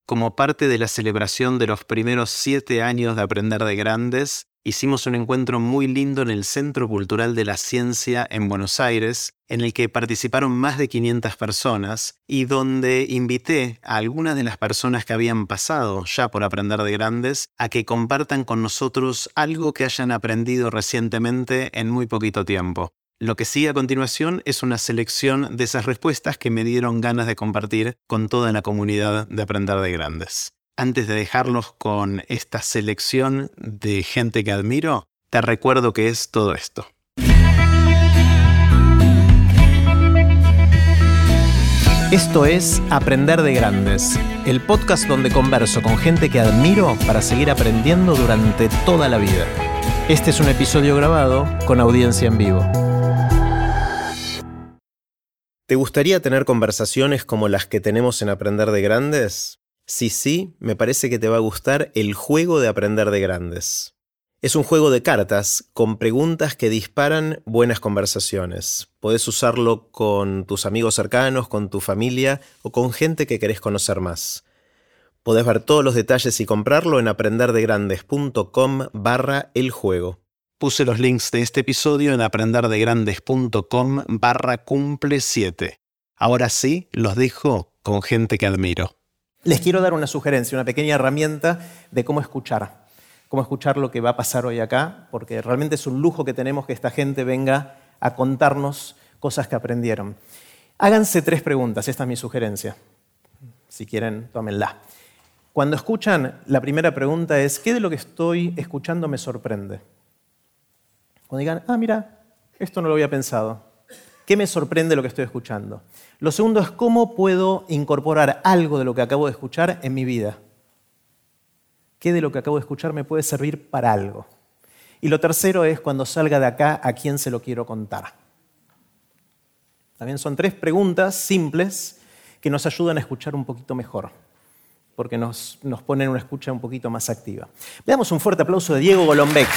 como parte de la celebración de los primeros 7 años de Aprender de Grandes, hicimos un encuentro muy lindo en el Centro Cultural de la Ciencia en Buenos Aires, en el que participaron más de 500 personas y donde invité a algunas de las personas que habían pasado ya por Aprender de Grandes a que compartan con nosotros algo que hayan aprendido recientemente en muy poquito tiempo. Lo que sigue a continuación es una selección de esas respuestas que me dieron ganas de compartir con toda la comunidad de Aprender de Grandes. Antes de dejarlos con esta selección de gente que admiro, te recuerdo que es todo esto. Esto es Aprender de Grandes, el podcast donde converso con gente que admiro para seguir aprendiendo durante toda la vida. Este es un episodio grabado con audiencia en vivo. ¿Te gustaría tener conversaciones como las que tenemos en Aprender de Grandes? Si sí, me parece que te va a gustar el juego de Aprender de Grandes. Es un juego de cartas con preguntas que disparan buenas conversaciones. Podés usarlo con tus amigos cercanos, con tu familia o con gente que querés conocer más. Podés ver todos los detalles y comprarlo en aprenderdegrandes.com/eljuego. Puse los links de este episodio en aprenderdegrandes.com/cumple7. Ahora sí, los dejo con gente que admiro. Les quiero dar una sugerencia, una pequeña herramienta de cómo escuchar lo que va a pasar hoy acá, porque realmente es un lujo que tenemos que esta gente venga a contarnos cosas que aprendieron. Háganse 3 preguntas, esta es mi sugerencia. Si quieren, tómenla. Cuando escuchan, la primera pregunta es, ¿qué de lo que estoy escuchando me sorprende? Cuando digan, mira, esto no lo había pensado. ¿Qué me sorprende lo que estoy escuchando? Lo segundo es, ¿cómo puedo incorporar algo de lo que acabo de escuchar en mi vida? ¿Qué de lo que acabo de escuchar me puede servir para algo? Y lo tercero es, cuando salga de acá, ¿a quién se lo quiero contar? También son 3 preguntas simples que nos ayudan a escuchar un poquito mejor, porque nos ponen una escucha un poquito más activa. Le damos un fuerte aplauso de Diego Golombek.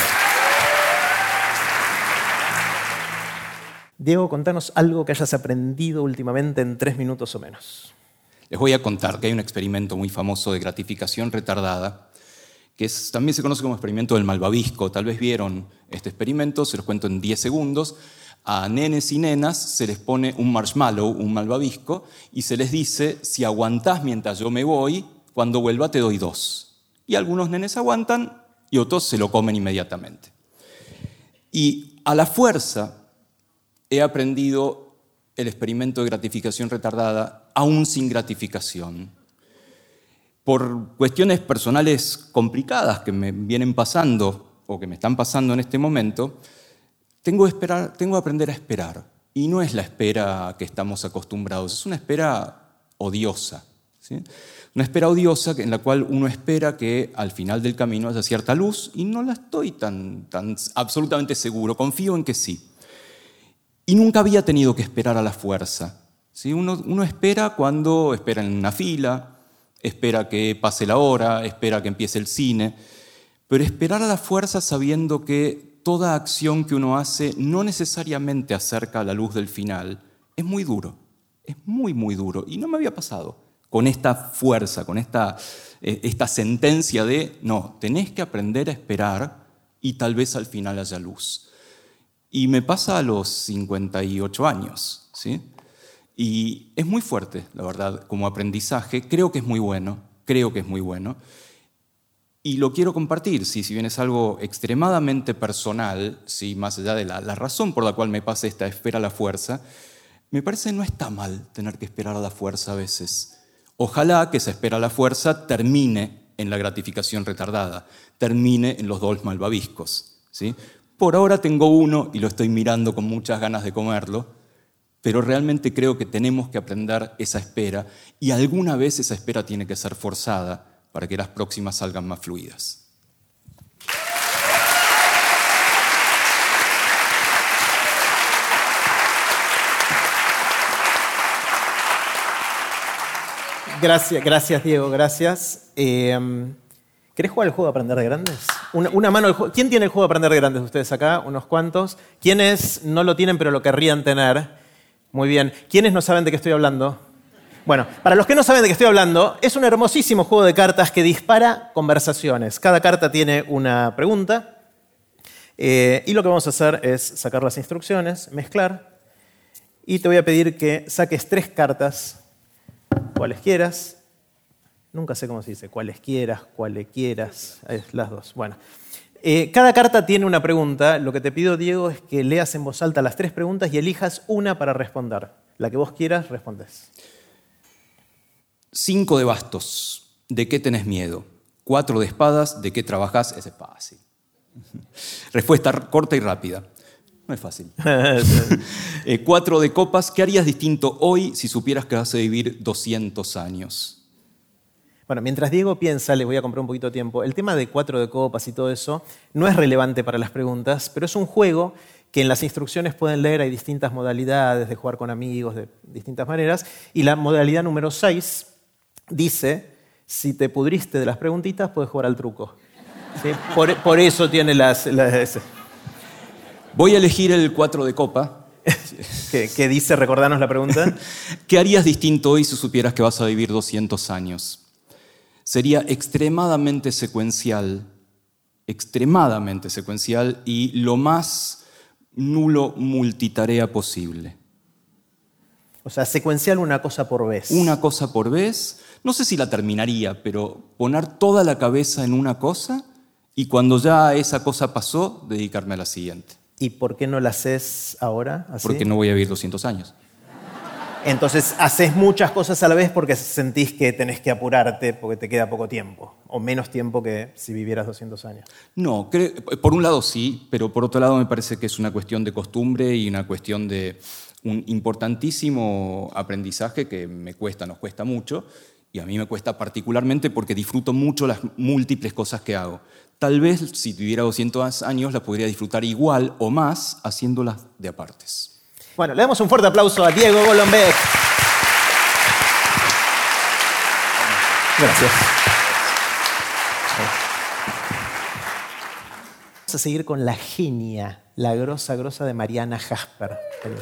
Diego, contanos algo que hayas aprendido últimamente en 3 minutos o menos. Les voy a contar que hay un experimento muy famoso de gratificación retardada, que también se conoce como experimento del malvavisco. Tal vez vieron este experimento, se los cuento en 10 segundos. A nenes y nenas se les pone un marshmallow, un malvavisco, y se les dice, si aguantás mientras yo me voy, cuando vuelva te doy 2. Y algunos nenes aguantan y otros se lo comen inmediatamente. Y a la fuerza he aprendido el experimento de gratificación retardada aún sin gratificación. Por cuestiones personales complicadas que me vienen pasando o que me están pasando en este momento, tengo que aprender a esperar. Y no es la espera que estamos acostumbrados, es una espera odiosa, ¿sí? Una espera odiosa en la cual uno espera que al final del camino haya cierta luz y no la estoy tan absolutamente seguro, confío en que sí. Y nunca había tenido que esperar a la fuerza, ¿sí? Uno espera cuando espera en una fila, espera que pase la hora, espera que empiece el cine, pero esperar a la fuerza sabiendo que toda acción que uno hace no necesariamente acerca a la luz del final es muy duro, es muy, muy duro. Y no me había pasado con esta fuerza, con esta sentencia de no, tenés que aprender a esperar y tal vez al final haya luz. Y me pasa a los 58 años, ¿sí? Y es muy fuerte, la verdad, como aprendizaje. Creo que es muy bueno. Y lo quiero compartir, si bien es algo extremadamente personal, ¿sí? Más allá de la razón por la cual me pasa esta espera a la fuerza, me parece que no está mal tener que esperar a la fuerza a veces. Ojalá que esa espera a la fuerza termine en la gratificación retardada, termine en los 2 malvaviscos, ¿sí? Por ahora tengo uno y lo estoy mirando con muchas ganas de comerlo, pero realmente creo que tenemos que aprender esa espera y alguna vez esa espera tiene que ser forzada para que las próximas salgan más fluidas. Gracias Diego, gracias. ¿Querés jugar el juego de Aprender de Grandes? Una mano al juego. ¿Quién tiene el juego de Aprender de Grandes de ustedes acá? Unos cuantos. ¿Quiénes no lo tienen pero lo querrían tener? Muy bien. ¿Quiénes no saben de qué estoy hablando? Bueno, para los que no saben de qué estoy hablando, es un hermosísimo juego de cartas que dispara conversaciones. Cada carta tiene una pregunta y lo que vamos a hacer es sacar las instrucciones, mezclar y te voy a pedir que saques 3 cartas, cuales quieras. Nunca sé cómo se dice, cuales quieras, las dos. Bueno, cada carta tiene una pregunta. Lo que te pido, Diego, es que leas en voz alta las 3 preguntas y elijas una para responder. La que vos quieras, respondes. 5 de bastos, ¿de qué tenés miedo? 4 de espadas, ¿de qué trabajás? Ese es fácil. Respuesta corta y rápida. No es fácil. 4 de copas, ¿qué harías distinto hoy si supieras que vas a vivir 200 años? Bueno, mientras Diego piensa, le voy a comprar un poquito de tiempo. El tema de 4 de copas y todo eso no es relevante para las preguntas, pero es un juego que en las instrucciones pueden leer. Hay distintas modalidades de jugar con amigos, de distintas maneras. Y la modalidad número 6 dice, si te pudriste de las preguntitas, puedes jugar al truco. ¿Sí? Por eso tiene Voy a elegir el 4 de copa. ¿Qué dice? Recordanos la pregunta. ¿Qué harías distinto hoy si supieras que vas a vivir 200 años? Sería extremadamente secuencial y lo más nulo multitarea posible. O sea, secuencial una cosa por vez. Una cosa por vez. No sé si la terminaría, pero poner toda la cabeza en una cosa y cuando ya esa cosa pasó, dedicarme a la siguiente. ¿Y por qué no la haces ahora? ¿Así? Porque no voy a vivir 200 años. Entonces, haces muchas cosas a la vez porque sentís que tenés que apurarte porque te queda poco tiempo, o menos tiempo que si vivieras 200 años. No, por un lado sí, pero por otro lado me parece que es una cuestión de costumbre y una cuestión de un importantísimo aprendizaje que nos cuesta mucho, y a mí me cuesta particularmente porque disfruto mucho las múltiples cosas que hago. Tal vez si tuviera 200 años las podría disfrutar igual o más haciéndolas de apartes. Bueno, le damos un fuerte aplauso a Diego Golombek. Gracias. Vamos a seguir con la genia, la grosa de Mariana Jasper.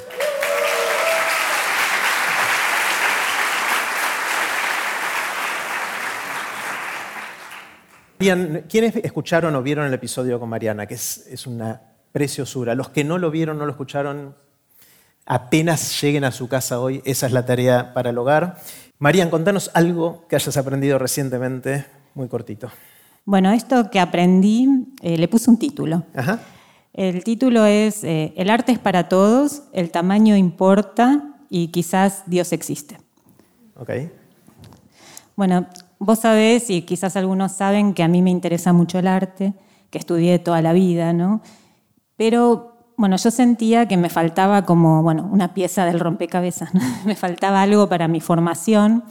Bien, ¿quiénes escucharon o vieron el episodio con Mariana? Que es una preciosura. Los que no lo vieron, no lo escucharon, apenas lleguen a su casa hoy, esa es la tarea para el hogar. Marian, contanos algo que hayas aprendido recientemente, muy cortito. Bueno, esto que aprendí, le puse un título. Ajá. El título es El arte es para todos, el tamaño importa y quizás Dios existe. Ok. Bueno, vos sabés, y quizás algunos saben, que a mí me interesa mucho el arte, que estudié toda la vida, ¿no? Pero, bueno, yo sentía que me faltaba como, una pieza del rompecabezas, ¿no? Me faltaba algo para mi formación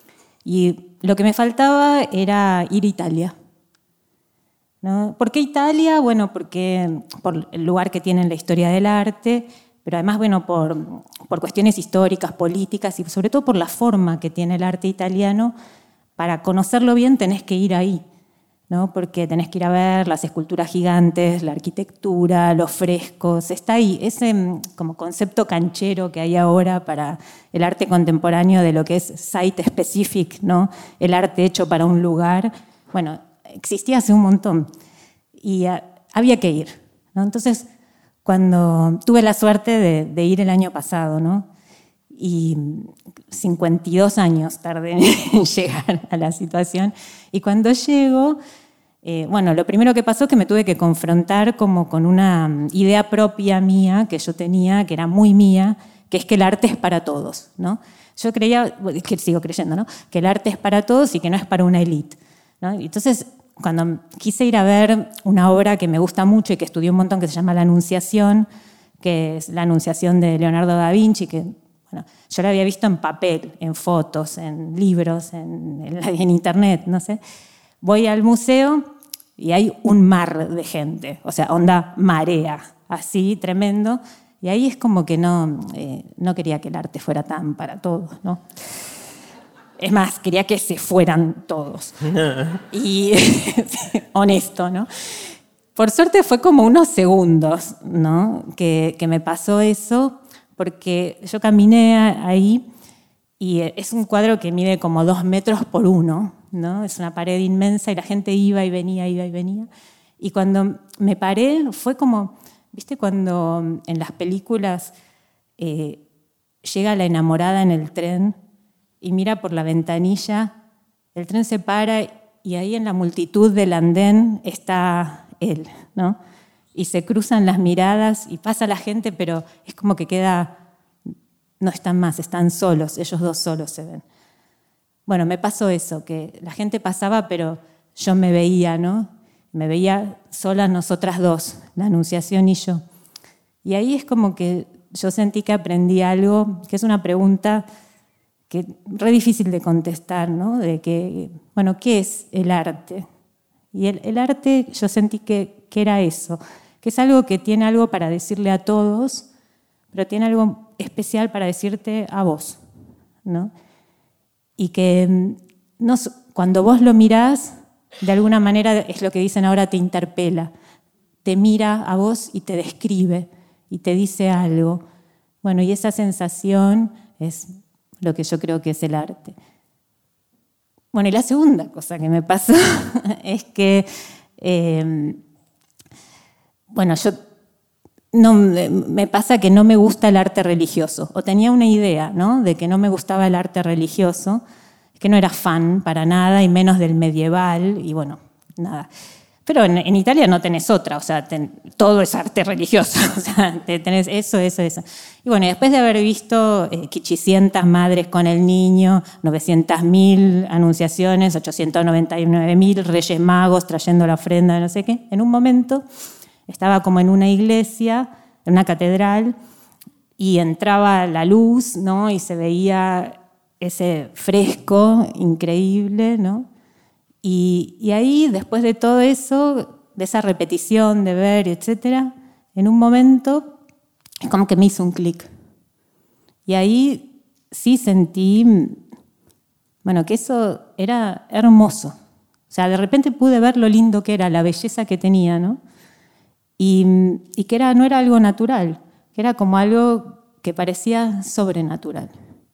y lo que me faltaba era ir a Italia, ¿no? ¿Por qué Italia? Bueno, porque por el lugar que tiene en la historia del arte, pero además, por cuestiones históricas, políticas y sobre todo por la forma que tiene el arte italiano. Para conocerlo bien tenés que ir ahí, ¿no? Porque tenés que ir a ver las esculturas gigantes, la arquitectura, los frescos. Está ahí ese como concepto canchero que hay ahora para el arte contemporáneo de lo que es site specific, ¿no? El arte hecho para un lugar. Bueno, existía hace un montón y había que ir, ¿no? Entonces, cuando tuve la suerte de ir el año pasado, ¿no? Y 52 años tardé en llegar a la situación. Y cuando llego, lo primero que pasó es que me tuve que confrontar como con una idea propia mía que yo tenía, que era muy mía, que es que el arte es para todos, ¿no? Yo creía, que sigo creyendo, ¿no? Que el arte es para todos y que no es para una élite, ¿no? Entonces, cuando quise ir a ver una obra que me gusta mucho y que estudié un montón, que se llama La Anunciación, que es la Anunciación de Leonardo da Vinci, que yo la había visto en papel, en fotos, en libros, en internet, no sé. Voy al museo y hay un mar de gente, o sea, onda marea, así, tremendo. Y ahí es como que no quería que el arte fuera tan para todos, ¿no? Es más, quería que se fueran todos. Y honesto, ¿no? Por suerte fue como unos segundos, ¿no? que me pasó eso, porque yo caminé ahí Y es un cuadro que mide como 2 metros por 1, ¿no? Es una pared inmensa y la gente iba y venía, iba y venía. Y cuando me paré fue como, ¿viste cuando en las películas llega la enamorada en el tren y mira por la ventanilla, el tren se para y ahí en la multitud del andén está él, ¿no? Y se cruzan las miradas y pasa la gente, pero es como que queda, no están más, están solos, ellos dos solos se ven. Bueno, me pasó eso, que la gente pasaba, pero yo me veía, ¿no? Me veía solas nosotras dos, la Anunciación y yo. Y ahí es como que yo sentí que aprendí algo, que es una pregunta que es re difícil de contestar, ¿no? De que, bueno, ¿qué es el arte? Y el arte yo sentí que era eso, que es algo que tiene algo para decirle a todos, pero tiene algo especial para decirte a vos, ¿no? Y que no, cuando vos lo mirás, de alguna manera es lo que dicen ahora, te interpela, te mira a vos y te describe y te dice algo. Bueno, y esa sensación es lo que yo creo que es el arte. Bueno, y la segunda cosa que me pasó es que, bueno, me pasa que no me gusta el arte religioso, o tenía una idea, ¿no?, de que no me gustaba el arte religioso, que no era fan para nada, y menos del medieval, y bueno, nada. Pero en Italia no tenés otra, o sea, todo es arte religioso, o sea, tenés eso. Y bueno, después de haber visto 800 madres con el niño, 900.000 anunciaciones, 899.000 reyes magos trayendo la ofrenda, no sé qué, en un momento estaba como en una iglesia, en una catedral, y entraba la luz, ¿no?, y se veía ese fresco increíble, ¿no? Y ahí, después de todo eso, de esa repetición de ver, etcétera, en un momento es como que me hizo un clic. Y ahí sí sentí, bueno, que eso era hermoso. O sea, de repente pude ver lo lindo que era, la belleza que tenía, ¿no? Y que no era algo natural, que era como algo que parecía sobrenatural.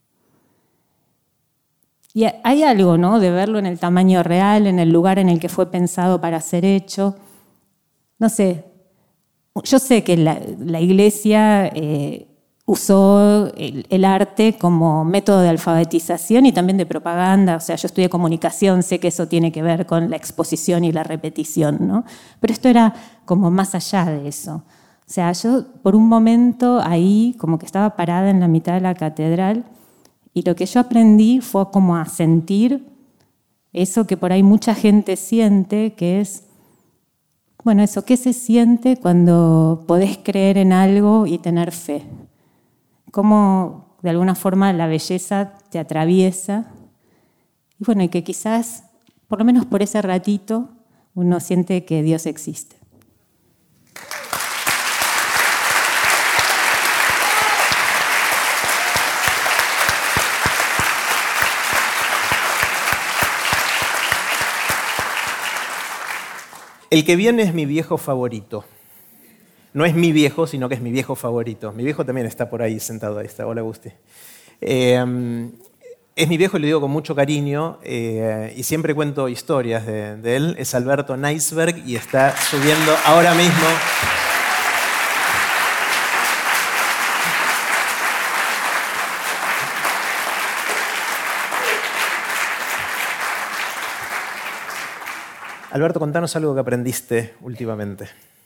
Y hay algo, ¿no?, de verlo en el tamaño real, en el lugar en el que fue pensado para ser hecho. No sé, yo sé que la Iglesia usó el arte como método de alfabetización y también de propaganda. O sea, yo estudié comunicación, sé que eso tiene que ver con la exposición y la repetición, ¿no? Pero esto era como más allá de eso. O sea, yo por un momento ahí como que estaba parada en la mitad de la catedral y lo que yo aprendí fue como a sentir eso que por ahí mucha gente siente, que es, bueno, eso, ¿qué se siente cuando podés creer en algo y tener fe? Cómo de alguna forma la belleza te atraviesa. Y bueno, y que quizás, por lo menos por ese ratito, uno siente que Dios existe. El que viene es mi viejo favorito. No es mi viejo, sino que es mi viejo favorito. Mi viejo también está por ahí sentado. Ahí está. Hola, Gusti. Es mi viejo y lo digo con mucho cariño y siempre cuento historias de él. Es Alberto Neisberg y está subiendo ahora mismo. Alberto, contanos algo que aprendiste últimamente.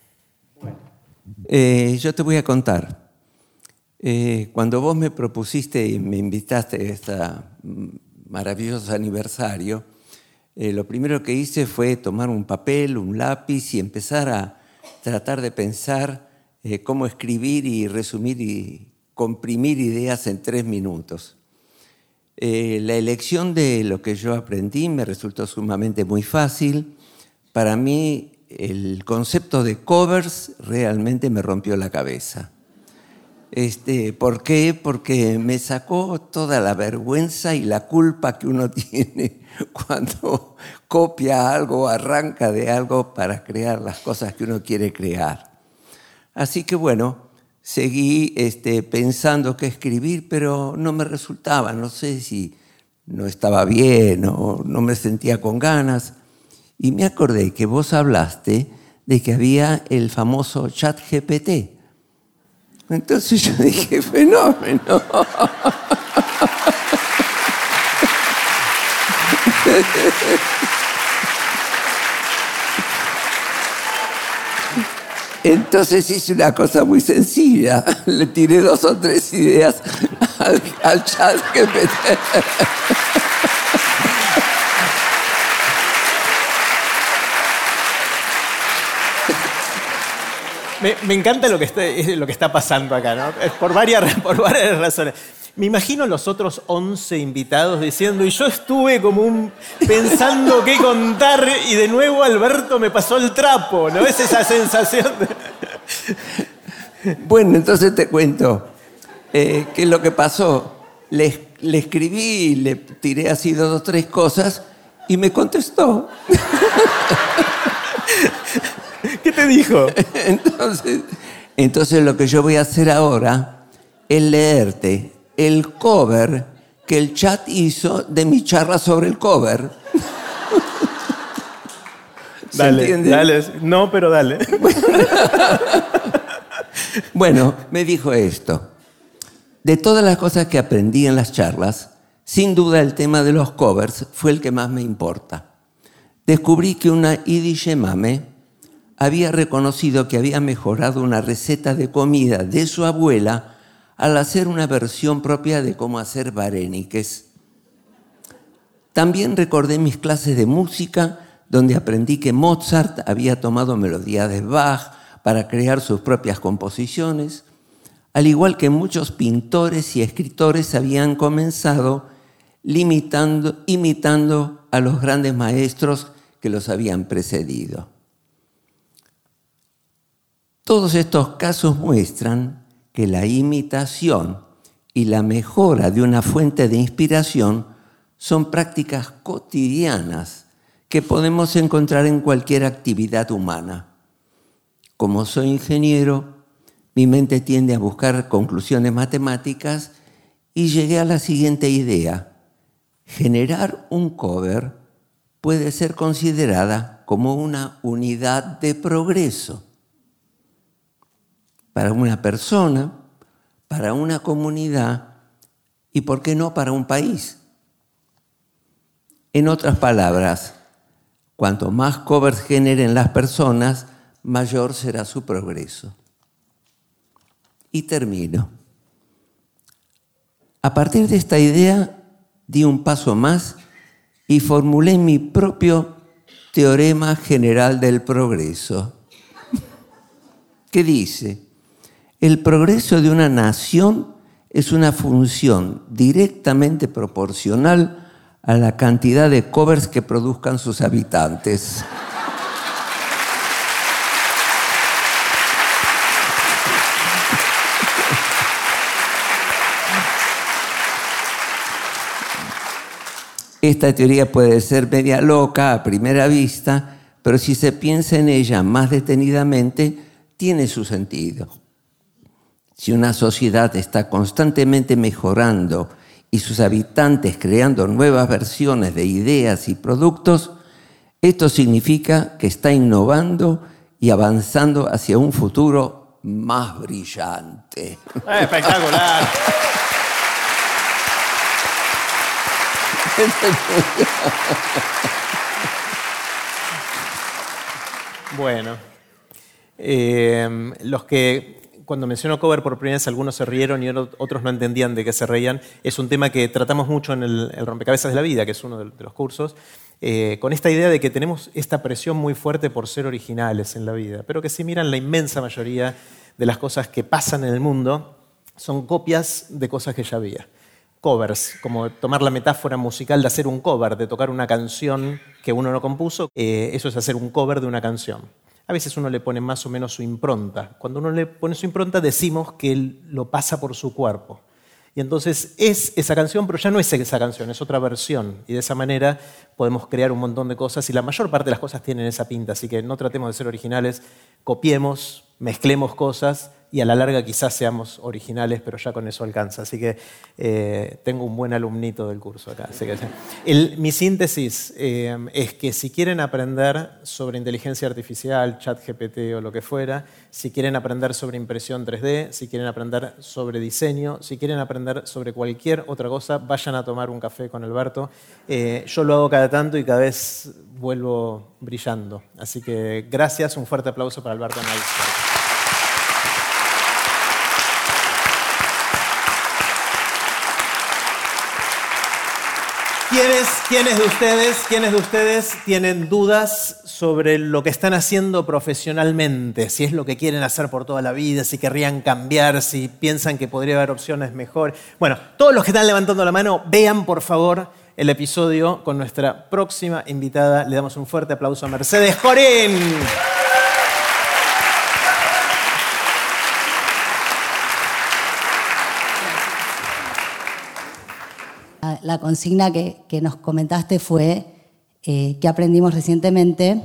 Yo te voy a contar. Cuando vos me propusiste y me invitaste a este maravilloso aniversario, lo primero que hice fue tomar un papel, un lápiz y empezar a tratar de pensar cómo escribir y resumir y comprimir ideas en 3 minutos. La elección de lo que yo aprendí me resultó sumamente muy fácil. Para mí, el concepto de covers realmente me rompió la cabeza. ¿Por qué? Porque me sacó toda la vergüenza y la culpa que uno tiene cuando copia algo o arranca de algo para crear las cosas que uno quiere crear. Así que bueno, seguí pensando qué escribir, pero no me resultaba. No sé si no estaba bien o no me sentía con ganas. Y me acordé que vos hablaste de que había el famoso ChatGPT. Entonces yo dije, fenómeno. Entonces hice una cosa muy sencilla. Le tiré 2 o 3 ideas al ChatGPT. Me encanta lo que está pasando acá, ¿no? Por varias razones. Me imagino los otros 11 invitados diciendo, y yo estuve como pensando qué contar, y de nuevo Alberto me pasó el trapo, ¿no? Es esa sensación. Bueno, entonces te cuento qué es lo que pasó. Le escribí, le tiré así 2 o 3 cosas y me contestó. ¿Qué te dijo? Entonces lo que yo voy a hacer ahora es leerte el cover que el chat hizo de mi charla sobre el cover. ¿Se entiende? Dale. No, pero dale. Bueno, me dijo esto. De todas las cosas que aprendí en las charlas, sin duda el tema de los covers fue el que más me importa. Descubrí que una Yiddish mame había reconocido que había mejorado una receta de comida de su abuela al hacer una versión propia de cómo hacer vareniques. También recordé mis clases de música, donde aprendí que Mozart había tomado melodías de Bach para crear sus propias composiciones, al igual que muchos pintores y escritores habían comenzado imitando a los grandes maestros que los habían precedido. Todos estos casos muestran que la imitación y la mejora de una fuente de inspiración son prácticas cotidianas que podemos encontrar en cualquier actividad humana. Como soy ingeniero, mi mente tiende a buscar conclusiones matemáticas y llegué a la siguiente idea. Generar un cover puede ser considerada como una unidad de progreso. Para una persona, para una comunidad y, ¿por qué no, para un país? En otras palabras, cuanto más covers generen las personas, mayor será su progreso. Y termino. A partir de esta idea, di un paso más y formulé mi propio teorema general del progreso, que dice: el progreso de una nación es una función directamente proporcional a la cantidad de covers que produzcan sus habitantes. Esta teoría puede ser media loca a primera vista, pero si se piensa en ella más detenidamente, tiene su sentido. Si una sociedad está constantemente mejorando y sus habitantes creando nuevas versiones de ideas y productos, esto significa que está innovando y avanzando hacia un futuro más brillante. Espectacular. Bueno, los que cuando menciono cover por primera vez algunos se rieron y otros no entendían de qué se reían. Es un tema que tratamos mucho en el Rompecabezas de la Vida, que es uno de los cursos, con esta idea de que tenemos esta presión muy fuerte por ser originales en la vida, pero que si miran la inmensa mayoría de las cosas que pasan en el mundo son copias de cosas que ya había. Covers, como tomar la metáfora musical de hacer un cover, de tocar una canción que uno no compuso, eso es hacer un cover de una canción. A veces uno le pone más o menos su impronta. Cuando uno le pone su impronta decimos que él lo pasa por su cuerpo. Y entonces es esa canción, pero ya no es esa canción, es otra versión. Y de esa manera podemos crear un montón de cosas y la mayor parte de las cosas tienen esa pinta. Así que no tratemos de ser originales, copiemos, mezclemos cosas y a la larga quizás seamos originales, pero ya con eso alcanza. Así que tengo un buen alumnito del curso acá. Así que, mi síntesis es que si quieren aprender sobre inteligencia artificial, ChatGPT o lo que fuera, si quieren aprender sobre impresión 3D, si quieren aprender sobre diseño, si quieren aprender sobre cualquier otra cosa, vayan a tomar un café con Alberto. Yo lo hago cada tanto y cada vez vuelvo brillando. Así que gracias, un fuerte aplauso para Alberto Neistat. ¿Quiénes de ustedes tienen dudas sobre lo que están haciendo profesionalmente? Si es lo que quieren hacer por toda la vida, si querrían cambiar, si piensan que podría haber opciones mejor. Bueno, todos los que están levantando la mano, vean por favor el episodio con nuestra próxima invitada. Le damos un fuerte aplauso a Mercedes Corín. La consigna que nos comentaste fue ¿qué aprendimos recientemente?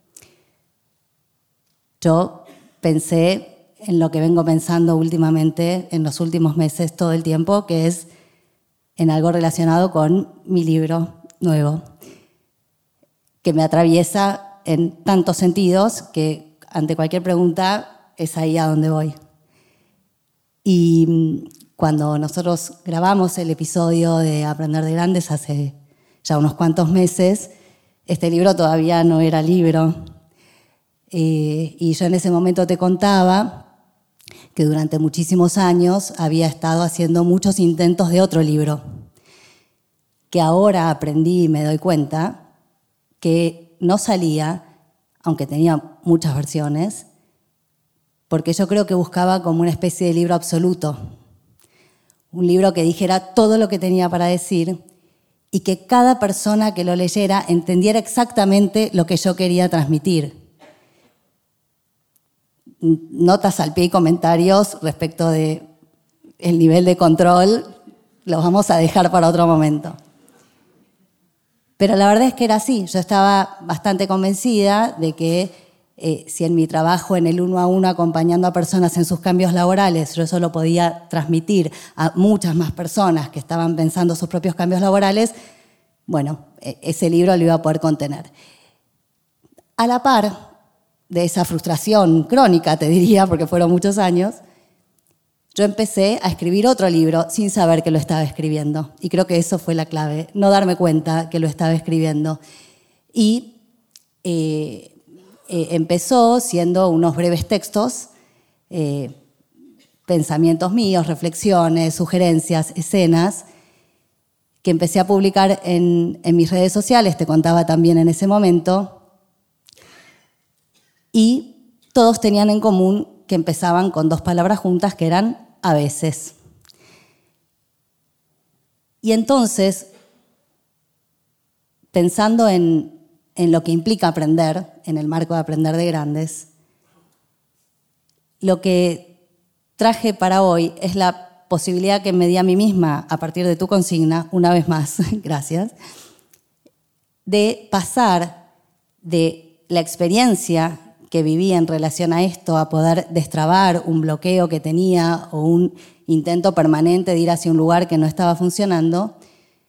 Yo pensé en lo que vengo pensando últimamente, en los últimos meses, todo el tiempo, que es en algo relacionado con mi libro nuevo, que me atraviesa en tantos sentidos que ante cualquier pregunta es ahí a donde voy. Y cuando nosotros grabamos el episodio de Aprender de Grandes hace ya unos cuantos meses, este libro todavía no era libro. Y yo en ese momento te contaba que durante muchísimos años había estado haciendo muchos intentos de otro libro, que ahora aprendí y me doy cuenta que no salía, aunque tenía muchas versiones, porque yo creo que buscaba como una especie de libro absoluto. Un libro que dijera todo lo que tenía para decir y que cada persona que lo leyera entendiera exactamente lo que yo quería transmitir. Notas al pie y comentarios respecto de el nivel de control los vamos a dejar para otro momento. Pero la verdad es que era así. Yo estaba bastante convencida de que si en mi trabajo en el 1 a 1 acompañando a personas en sus cambios laborales yo eso lo podía transmitir a muchas más personas que estaban pensando sus propios cambios laborales, bueno, ese libro lo iba a poder contener. A la par de esa frustración crónica, te diría, porque fueron muchos años, yo empecé a escribir otro libro sin saber que lo estaba escribiendo. Y creo que eso fue la clave, no darme cuenta que lo estaba escribiendo. Y empezó siendo unos breves textos, pensamientos míos, reflexiones, sugerencias, escenas, que empecé a publicar en mis redes sociales, te contaba también en ese momento, y todos tenían en común que empezaban con 2 palabras juntas que eran a veces. Y entonces, pensando en lo que implica aprender, en el marco de Aprender de Grandes, lo que traje para hoy es la posibilidad que me di a mí misma, a partir de tu consigna, una vez más, gracias, de pasar de la experiencia que viví en relación a esto, a poder destrabar un bloqueo que tenía o un intento permanente de ir hacia un lugar que no estaba funcionando,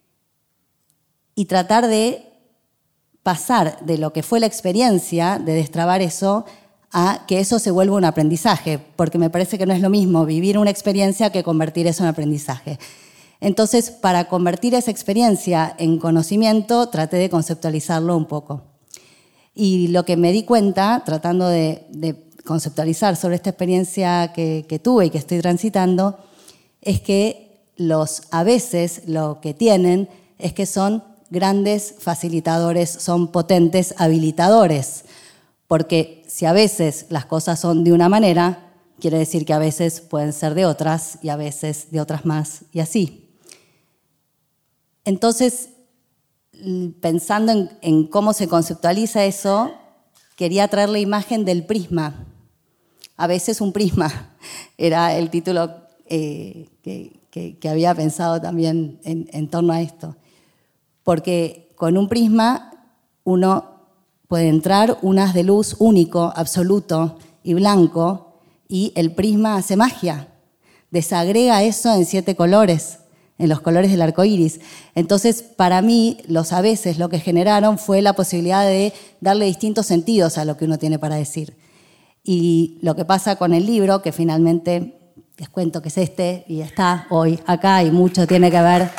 y tratar de pasar de lo que fue la experiencia de destrabar eso a que eso se vuelva un aprendizaje, porque me parece que no es lo mismo vivir una experiencia que convertir eso en aprendizaje. Entonces, para convertir esa experiencia en conocimiento, traté de conceptualizarlo un poco. Y lo que me di cuenta, tratando de conceptualizar sobre esta experiencia que tuve y que estoy transitando, es que los a veces lo que tienen es que son grandes facilitadores, son potentes habilitadores, porque si a veces las cosas son de una manera, quiere decir que a veces pueden ser de otras y a veces de otras más y así. Entonces, pensando en cómo se conceptualiza eso, quería traer la imagen del prisma. A veces un prisma era el título que había pensado también en torno a esto. Porque con un prisma uno puede entrar un haz de luz único, absoluto y blanco, y el prisma hace magia, desagrega eso en 7 colores, en los colores del arco iris. Entonces, para mí, los a veces lo que generaron fue la posibilidad de darle distintos sentidos a lo que uno tiene para decir. Y lo que pasa con el libro, que finalmente les cuento que es este y está hoy acá y mucho tiene que ver.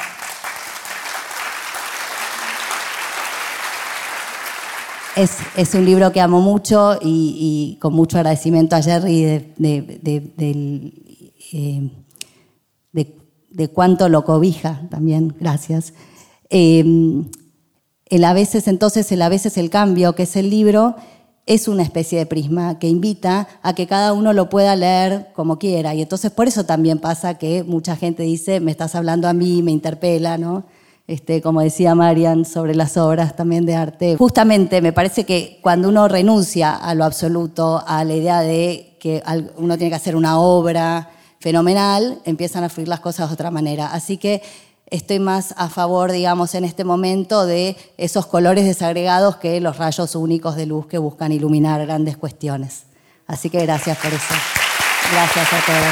Es un libro que amo mucho y con mucho agradecimiento a Jerry de cuánto lo cobija también, gracias. El a veces, entonces, el a veces el cambio, que es el libro, es una especie de prisma que invita a que cada uno lo pueda leer como quiera. Y entonces por eso también pasa que mucha gente dice, me estás hablando a mí, me interpela, ¿no? Como decía Marian, sobre las obras también de arte. Justamente me parece que cuando uno renuncia a lo absoluto, a la idea de que uno tiene que hacer una obra fenomenal, empiezan a fluir las cosas de otra manera. Así que estoy más a favor, digamos, en este momento de esos colores desagregados que los rayos únicos de luz que buscan iluminar grandes cuestiones. Así que gracias por eso. Gracias a todos.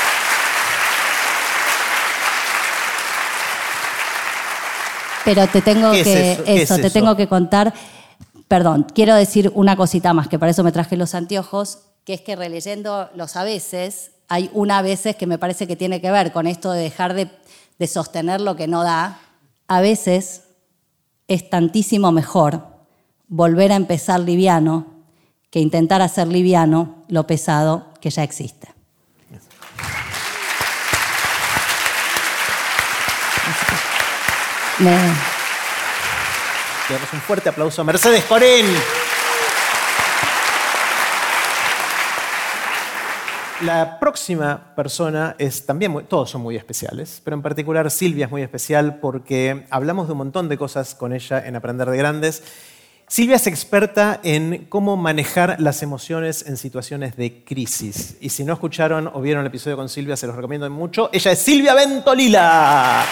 Pero te tengo tengo que contar, perdón, quiero decir una cosita más, que para eso me traje los anteojos, que es que releyendo los a veces, hay una a veces que me parece que tiene que ver con esto de dejar de sostener lo que no da. A veces es tantísimo mejor volver a empezar liviano que intentar hacer liviano lo pesado que ya existe. Le damos un fuerte aplauso a Mercedes Corén. La próxima persona es también, todos son muy especiales, pero en particular Silvia es muy especial porque hablamos de un montón de cosas con ella en Aprender de Grandes. Silvia es experta en cómo manejar las emociones en situaciones de crisis. Y si no escucharon o vieron el episodio con Silvia, se los recomiendo mucho. Ella es Silvia Ventolila.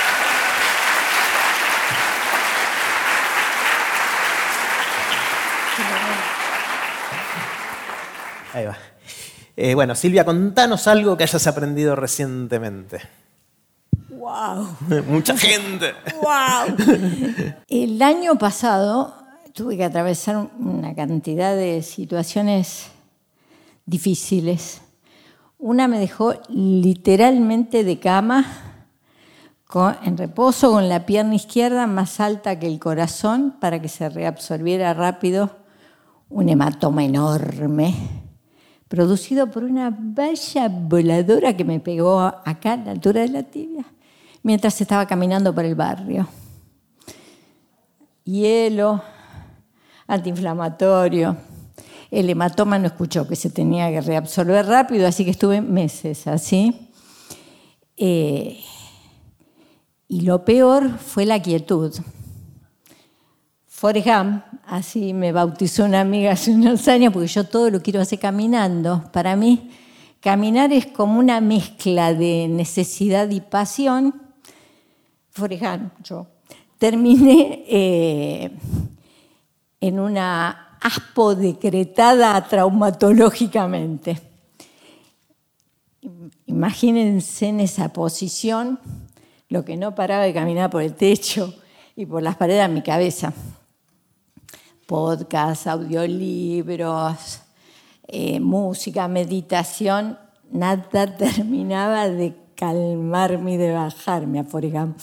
Ahí va. Bueno, Silvia, contanos algo que hayas aprendido recientemente. ¡Wow! Mucha gente. ¡Wow! El año pasado tuve que atravesar una cantidad de situaciones difíciles. Una me dejó literalmente de cama, en reposo, con la pierna izquierda más alta que el corazón para que se reabsorbiera rápido un hematoma enorme, producido por una valla voladora que me pegó acá a la altura de la tibia, mientras estaba caminando por el barrio. Hielo, antiinflamatorio. El hematoma no escuchó que se tenía que reabsorber rápido, así que estuve meses así. Y lo peor fue la quietud. Forrest Gump, así me bautizó una amiga hace unos años, porque yo todo lo quiero hacer caminando. Para mí, caminar es como una mezcla de necesidad y pasión. Forrest Gump, yo terminé en una ASPO decretada traumatológicamente. Imagínense en esa posición, lo que no paraba de caminar por el techo y por las paredes de mi cabeza. Podcasts, audiolibros, música, meditación, nada terminaba de calmarme y de bajarme a Forrest Gump.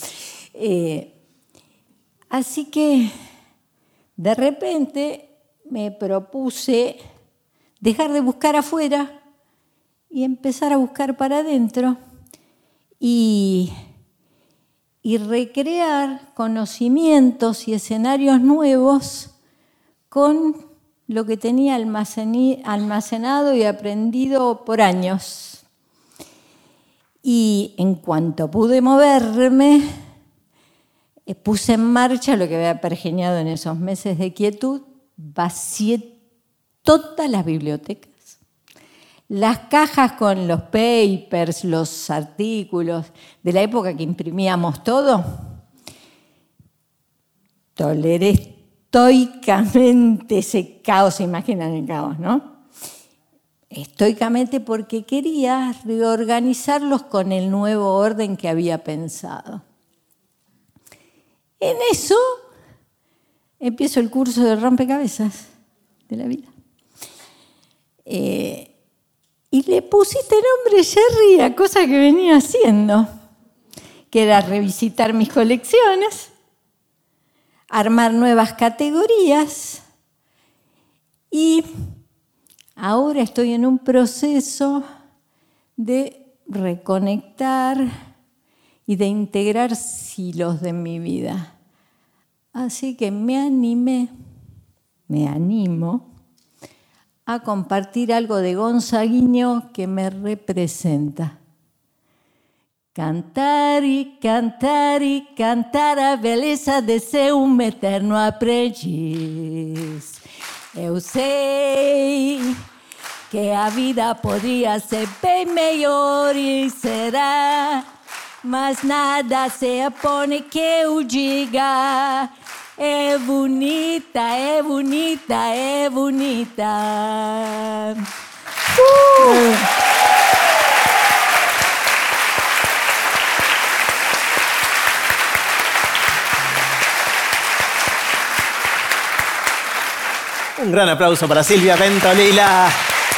Así que de repente me propuse dejar de buscar afuera y empezar a buscar para adentro y recrear conocimientos y escenarios nuevos con lo que tenía almacenado y aprendido por años. Y en cuanto pude moverme, puse en marcha lo que había pergeñado en esos meses de quietud, vacié todas las bibliotecas. Las cajas con los papers, los artículos de la época que imprimíamos todo, toleré estoicamente ese caos. Se imaginan el caos, ¿no? estoicamente porque quería reorganizarlos con el nuevo orden que había pensado. En eso empiezo el curso de rompecabezas de la vida. Y le pusiste nombre Jerry a cosa que venía haciendo, que era revisitar mis colecciones, armar nuevas categorías, y ahora estoy en un proceso de reconectar y de integrar silos de mi vida. Así que me animo a compartir algo de Gonzaguinho que me representa. Cantar e cantar e cantar a beleza de ser eterno aprendiz. Eu sei que a vida podia ser bem melhor e será, mas nada se opõe que eu diga. É bonita, é bonita, é bonita. Un gran aplauso para Silvia Pentolila.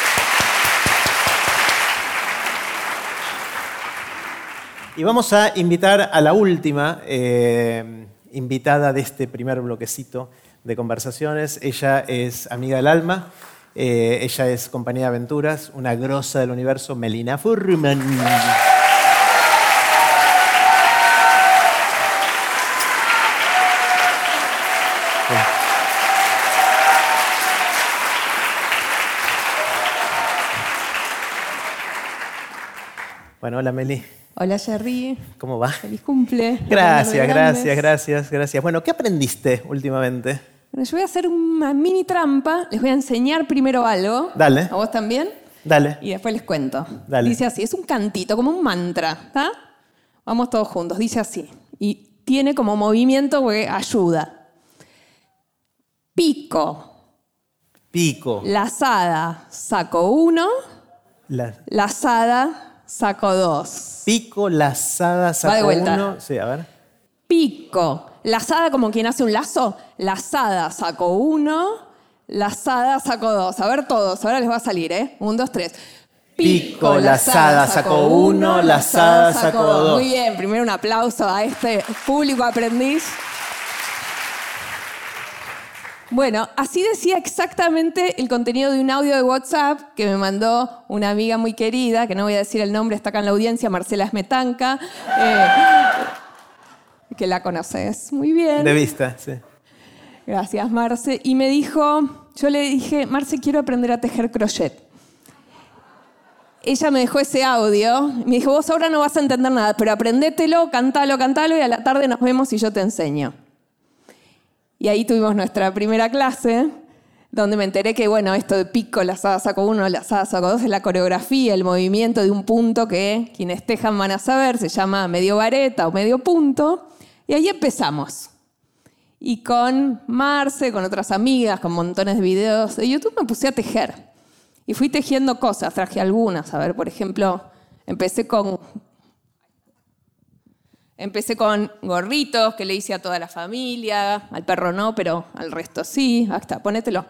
Y vamos a invitar a la última invitada de este primer bloquecito de conversaciones. Ella es amiga del alma, ella es compañía de aventuras, una grosa del universo, Melina Furman. Bueno, hola Meli. Hola Jerry. ¿Cómo va? Feliz cumple. Gracias. Bueno, ¿qué aprendiste últimamente? Bueno, yo voy a hacer una mini trampa. Les voy a enseñar primero algo. Dale. ¿A vos también? Dale. Y después les cuento. Dale. Dice así, es un cantito, como un mantra. ¿Está? Vamos todos juntos. Dice así. Y tiene como movimiento que ayuda. Pico. Pico. Lazada, saco 1. Lazada, saco 2. Pico, lazada, saco 1. Sí, a ver. Pico. Lazada como quien hace un lazo. Lazada, saco 1. Lazada, saco 2. A ver todos. Ahora les va a salir, ¿eh? 1, 2, 3. Pico, lazada, saco 1. Lazada, saco 2. Muy bien. Primero un aplauso a este público aprendiz. Bueno, así decía exactamente el contenido de un audio de WhatsApp que me mandó una amiga muy querida, que no voy a decir el nombre, está acá en la audiencia, Marcela Smetanka, que la conoces muy bien. De vista, sí. Gracias, Marce. Y me dijo, yo le dije, Marce, quiero aprender a tejer crochet. Ella me dejó ese audio, me dijo, vos ahora no vas a entender nada, pero aprendételo, cantalo, y a la tarde nos vemos y yo te enseño. Y ahí tuvimos nuestra primera clase, donde me enteré que, bueno, esto de pico, lazada, saco 1, lazada, saco 2, es la coreografía, el movimiento de un punto que quienes tejan van a saber, se llama medio vareta o medio punto. Y ahí empezamos. Y con Marce, con otras amigas, con montones de videos de YouTube, me puse a tejer. Y fui tejiendo cosas, traje algunas. A ver, por ejemplo, empecé con gorritos que le hice a toda la familia, al perro no, pero al resto sí. Ahí está, ponételo.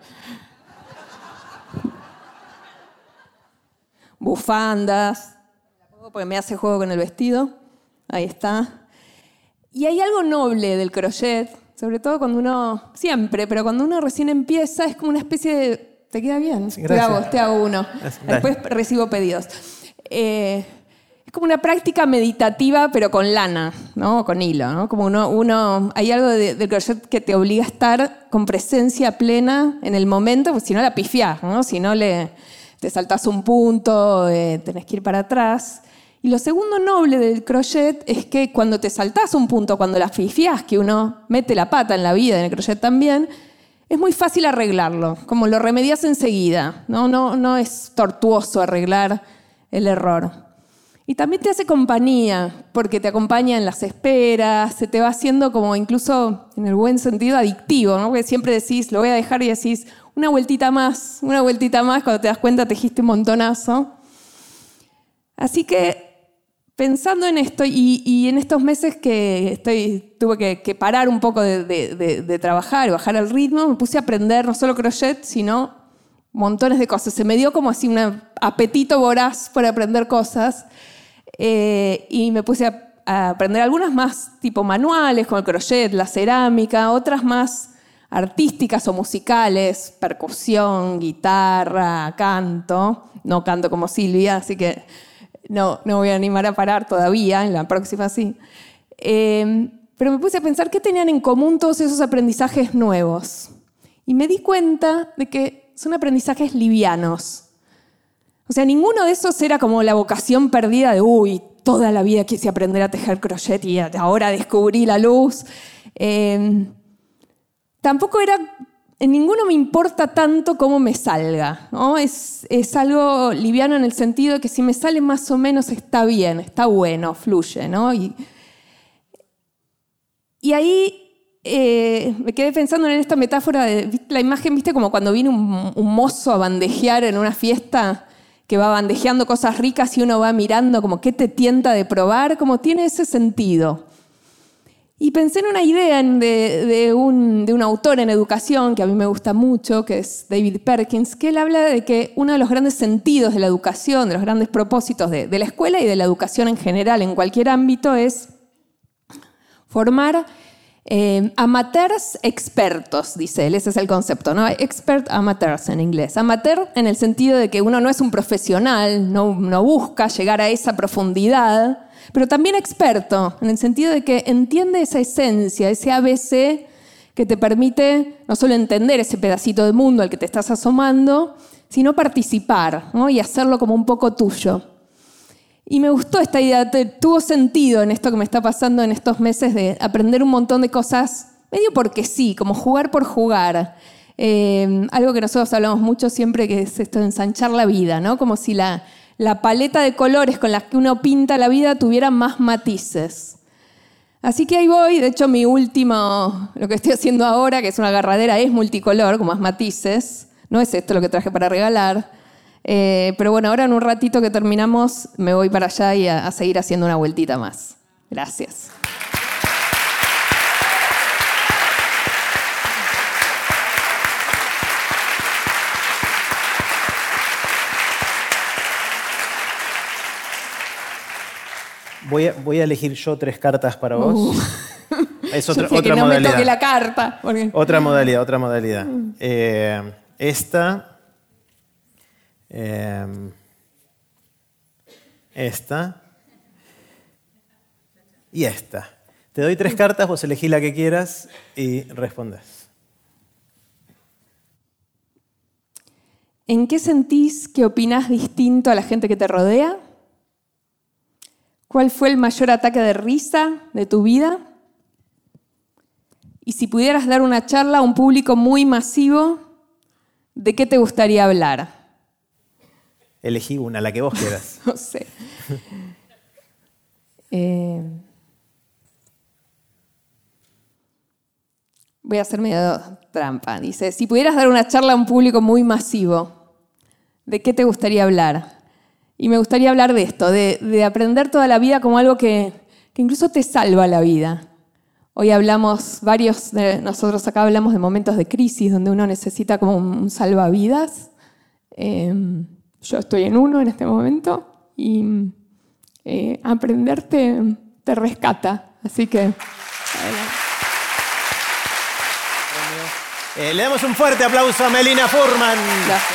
Bufandas, porque me hace juego con el vestido. Ahí está. Y hay algo noble del crochet, sobre todo cuando uno, siempre, pero cuando uno recién empieza, es como una especie de, ¿te queda bien? Sí, te hago uno. Después recibo pedidos. Es como una práctica meditativa, pero con lana, ¿no? Con hilo, ¿no? Como hay algo del crochet que te obliga a estar con presencia plena en el momento, porque si no la pifiás, ¿no? Si no te saltás un punto, tenés que ir para atrás. Y lo segundo noble del crochet es que cuando te saltás un punto, cuando la pifiás, que uno mete la pata en la vida, en el crochet también, es muy fácil arreglarlo, como lo remedias enseguida. No es tortuoso arreglar el error. Y también te hace compañía, porque te acompaña en las esperas, se te va haciendo como incluso en el buen sentido adictivo, ¿no? Porque siempre decís, lo voy a dejar y decís, una vueltita más, cuando te das cuenta tejiste un montonazo. Así que pensando en esto y en estos meses que tuve que parar un poco de trabajar y bajar el ritmo, me puse a aprender no solo crochet, sino montones de cosas. Se me dio como así un apetito voraz por aprender cosas y me puse a aprender algunas más tipo manuales, como el crochet, la cerámica, otras más artísticas o musicales, percusión, guitarra, canto. No canto como Silvia, así que no voy a animar a parar todavía, en la próxima sí. Pero me puse a pensar qué tenían en común todos esos aprendizajes nuevos. Y me di cuenta de que son aprendizajes livianos. O sea, ninguno de esos era como la vocación perdida de toda la vida quise aprender a tejer crochet y ahora descubrí la luz. Tampoco era, en ninguno me importa tanto cómo me salga, ¿no? Es algo liviano en el sentido de que si me sale más o menos está bien, está bueno, fluye, ¿no? Y ahí me quedé pensando en esta metáfora de la imagen, ¿viste? Como cuando viene un mozo a bandejear en una fiesta, que va bandejeando cosas ricas y uno va mirando como qué te tienta de probar, como tiene ese sentido. Y pensé en una idea de un autor en educación que a mí me gusta mucho, que es David Perkins, que él habla de que uno de los grandes sentidos de la educación, de los grandes propósitos de la escuela y de la educación en general, en cualquier ámbito, es formar amateurs expertos, dice él. Ese es el concepto, ¿no? Expert amateurs en inglés. Amateur en el sentido de que uno no es un profesional, no busca llegar a esa profundidad, pero también experto, en el sentido de que entiende esa esencia, ese ABC que te permite no solo entender ese pedacito de mundo al que te estás asomando, sino participar, ¿no? Y hacerlo como un poco tuyo. Y me gustó esta idea, tuvo sentido en esto que me está pasando en estos meses de aprender un montón de cosas, medio porque sí, como jugar por jugar. Algo que nosotros hablamos mucho siempre, que es esto de ensanchar la vida, ¿no? Como si la paleta de colores con las que uno pinta la vida tuviera más matices. Así que ahí voy. De hecho, lo que estoy haciendo ahora, que es una agarradera, es multicolor, con más matices. No es esto lo que traje para regalar. Pero bueno, ahora en un ratito que terminamos me voy para allá y a seguir haciendo una vueltita más. Gracias. Voy a elegir yo 3 cartas para vos. Es otra que no modalidad. me toque la carta. Porque... Otra modalidad. Esta y esta. Te doy 3 cartas, vos elegís la que quieras y respondés. ¿En qué sentís que opinás distinto a la gente que te rodea? ¿Cuál fue el mayor ataque de risa de tu vida? Y si pudieras dar una charla a un público muy masivo, ¿de qué te gustaría hablar? Elegí una, la que vos quieras. No sé. Voy a hacer medio trampa. Dice, si pudieras dar una charla a un público muy masivo, ¿de qué te gustaría hablar? Y me gustaría hablar de esto, de aprender toda la vida como algo que incluso te salva la vida. Hoy varios de nosotros acá hablamos de momentos de crisis donde uno necesita como un salvavidas. Yo estoy en uno en este momento y aprender te rescata. Así que... Le damos un fuerte aplauso a Melina Furman. Gracias.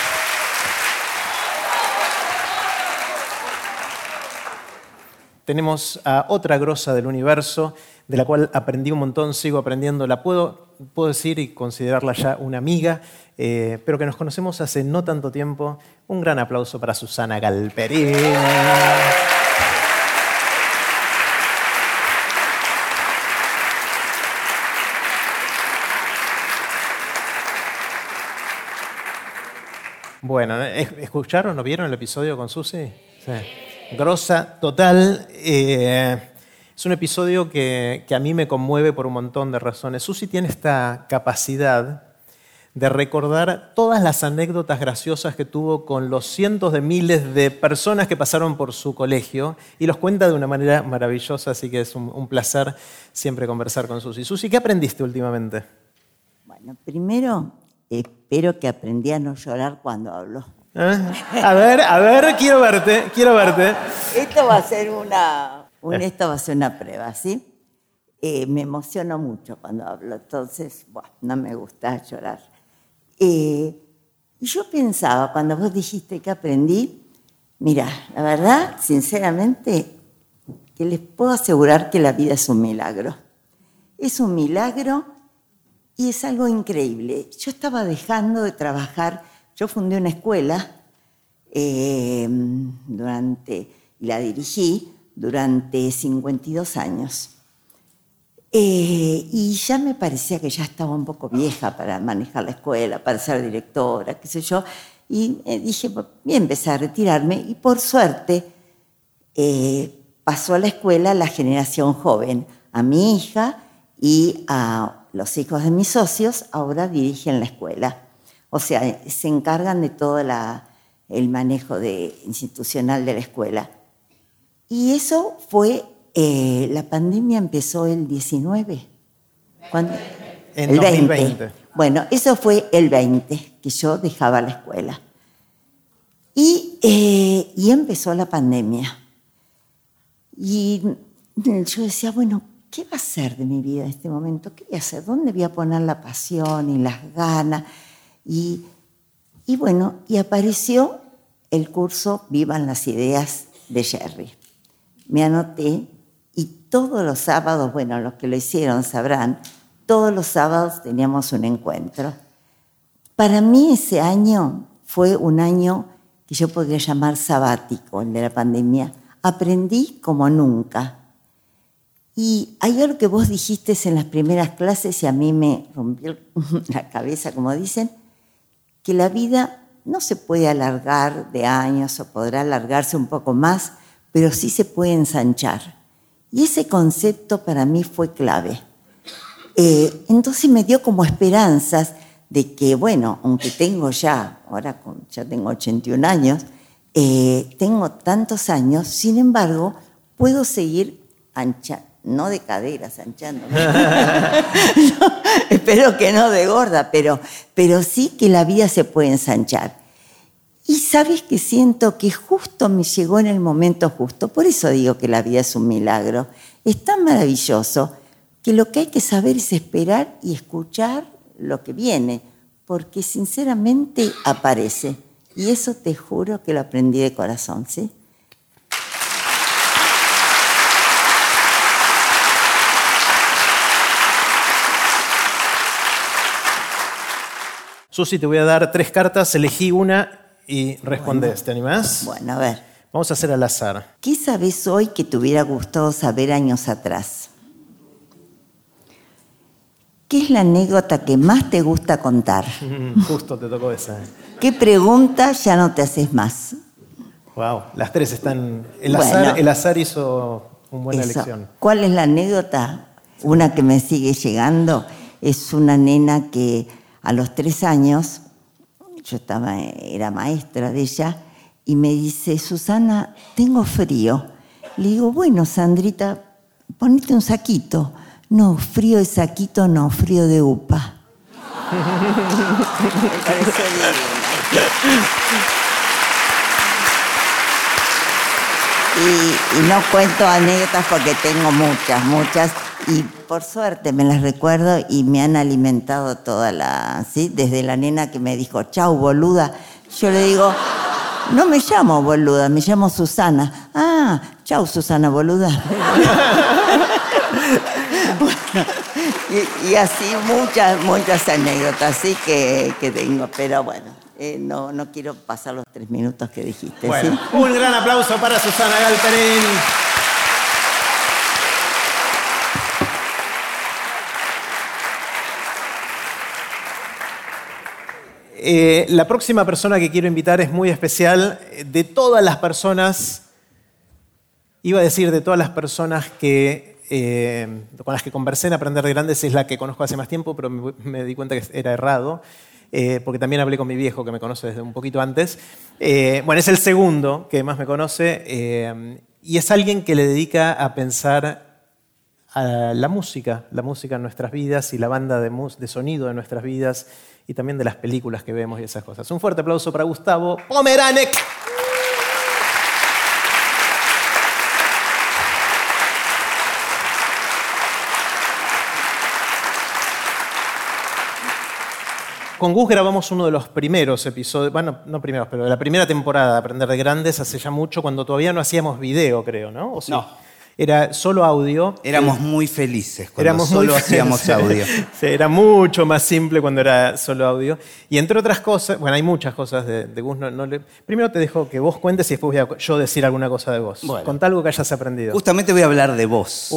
Tenemos a otra grosa del universo, de la cual aprendí un montón, sigo aprendiendo. La puedo decir y considerarla ya una amiga, pero que nos conocemos hace no tanto tiempo. Un gran aplauso para Susana Galperín. Bueno, ¿escucharon o vieron el episodio con Susi? Sí. Grosa total. Es un episodio que a mí me conmueve por un montón de razones. Susi tiene esta capacidad de recordar todas las anécdotas graciosas que tuvo con los cientos de miles de personas que pasaron por su colegio y los cuenta de una manera maravillosa, así que es un placer siempre conversar con Susi. Susi, ¿qué aprendiste últimamente? Bueno, primero espero que aprendí a no llorar cuando hablo. A ver, quiero verte. Esto va a ser una prueba, ¿sí? Me emociono mucho cuando hablo, entonces, bueno, no me gusta llorar. Y yo pensaba, cuando vos dijiste que aprendí, mira, la verdad, sinceramente, que les puedo asegurar que la vida es un milagro. Es un milagro y es algo increíble. Yo estaba dejando de trabajar, yo fundé una escuela y la dirigí durante 52 años. Y ya me parecía que ya estaba un poco vieja para manejar la escuela, para ser directora, qué sé yo. Y dije, voy a empezar a retirarme. Y por suerte pasó a la escuela la generación joven. A mi hija y a los hijos de mis socios ahora dirigen la escuela. O sea, se encargan de todo el manejo institucional de la escuela. Y eso fue... la pandemia empezó el 19. ¿Cuándo? En el 2020. Bueno, eso fue el 20, que yo dejaba la escuela. Y empezó la pandemia. Y yo decía, bueno, ¿qué va a ser de mi vida en este momento? ¿Qué voy a hacer? ¿Dónde voy a poner la pasión y las ganas? Y bueno, y apareció el curso Vivan las Ideas de Jerry. Me anoté. Y todos los sábados, bueno, los que lo hicieron sabrán, todos los sábados teníamos un encuentro. Para mí ese año fue un año que yo podría llamar sabático, el de la pandemia. Aprendí como nunca. Y hay algo que vos dijiste en las primeras clases y a mí me rompió la cabeza, como dicen, que la vida no se puede alargar de años o podrá alargarse un poco más, pero sí se puede ensanchar. Y ese concepto para mí fue clave. Entonces me dio como esperanzas de que, bueno, aunque tengo ya tengo 81 años, tengo tantos años, sin embargo, puedo seguir no de caderas, anchando. No, espero que no de gorda, pero sí que la vida se puede ensanchar. Y sabes que siento que justo me llegó en el momento justo. Por eso digo que la vida es un milagro. Es tan maravilloso que lo que hay que saber es esperar y escuchar lo que viene, porque sinceramente aparece. Y eso te juro que lo aprendí de corazón, ¿sí? Susi, te voy a dar 3 cartas, elegí una y respondés. Bueno, ¿te animás? Bueno, a ver. Vamos a hacer al azar. ¿Qué sabes hoy que te hubiera gustado saber años atrás? ¿Qué es la anécdota que más te gusta contar? Justo te tocó esa. ¿Qué pregunta ya no te haces más? Wow, las 3 están... El azar hizo una buena elección. ¿Cuál es la anécdota? Una que me sigue llegando es una nena que a los 3 años... Yo era maestra de ella, y me dice, Susana, tengo frío. Le digo, bueno, Sandrita, ponete un saquito. No, frío de saquito, no, frío de upa. Me pareció bien. Y no cuento anécdotas porque tengo muchas. Y por suerte me las recuerdo y me han alimentado ¿sí? Desde la nena que me dijo, chau, boluda. Yo le digo, no me llamo boluda, me llamo Susana. Ah, chau, Susana, boluda. Bueno, y así muchas anécdotas, sí, que tengo. Pero bueno, no quiero pasar los 3 minutos que dijiste. Bueno, ¿sí? Un gran aplauso para Susana Galperín. La próxima persona que quiero invitar es muy especial. De todas las personas Iba a decir, de todas las personas con las que conversé en Aprender de Grandes, es la que conozco hace más tiempo, pero me di cuenta que era errado, porque también hablé con mi viejo, que me conoce desde un poquito antes. Bueno, es el segundo que más me conoce, y es alguien que le dedica a pensar a la música en nuestras vidas y la banda de sonido de nuestras vidas y también de las películas que vemos y esas cosas. Un fuerte aplauso para Gustavo Pomeranek. Con Gus grabamos uno de los primeros episodios, bueno, no primeros, pero de la primera temporada de Aprender de Grandes, hace ya mucho, cuando todavía no hacíamos video, creo, ¿no? ¿O sí? No. Era solo audio. Éramos muy felices cuando solo hacíamos audio. Sí, era mucho más simple cuando era solo audio. Y entre otras cosas, bueno, hay muchas cosas de Gus. Primero te dejo que vos cuentes y después voy a yo decir alguna cosa de vos. Bueno. Contá algo que hayas aprendido. Justamente voy a hablar de vos.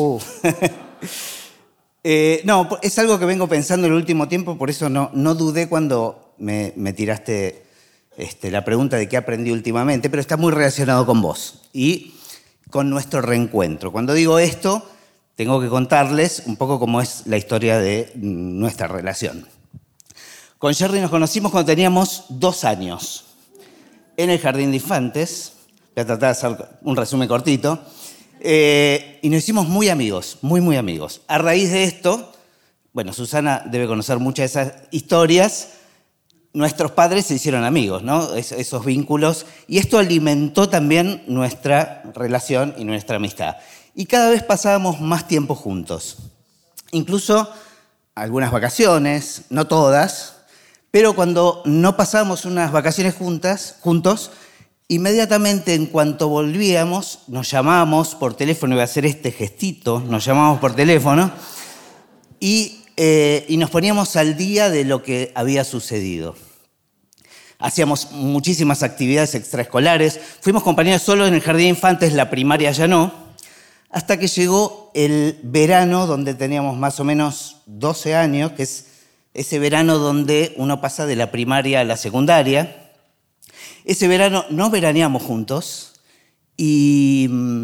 No, es algo que vengo pensando el último tiempo, por eso no dudé cuando me tiraste la pregunta de qué aprendí últimamente, pero está muy relacionado con vos y con nuestro reencuentro. Cuando digo esto, tengo que contarles un poco cómo es la historia de nuestra relación. Con Jerry nos conocimos cuando teníamos 2 años, en el jardín de infantes. Voy a tratar de hacer un resumen cortito. Y nos hicimos muy amigos, muy amigos. A raíz de esto, bueno, Susana debe conocer muchas de esas historias, nuestros padres se hicieron amigos, ¿no? Esos vínculos. Y esto alimentó también nuestra relación y nuestra amistad. Y cada vez pasábamos más tiempo juntos. Incluso algunas vacaciones, no todas, pero cuando no pasábamos unas vacaciones juntos, inmediatamente, en cuanto volvíamos, nos llamábamos por teléfono, iba a hacer este gestito, nos llamábamos por teléfono y nos poníamos al día de lo que había sucedido. Hacíamos muchísimas actividades extraescolares, fuimos compañeros solo en el jardín de infantes, la primaria ya no, hasta que llegó el verano donde teníamos más o menos 12 años, que es ese verano donde uno pasa de la primaria a la secundaria. Ese verano no veraneamos juntos y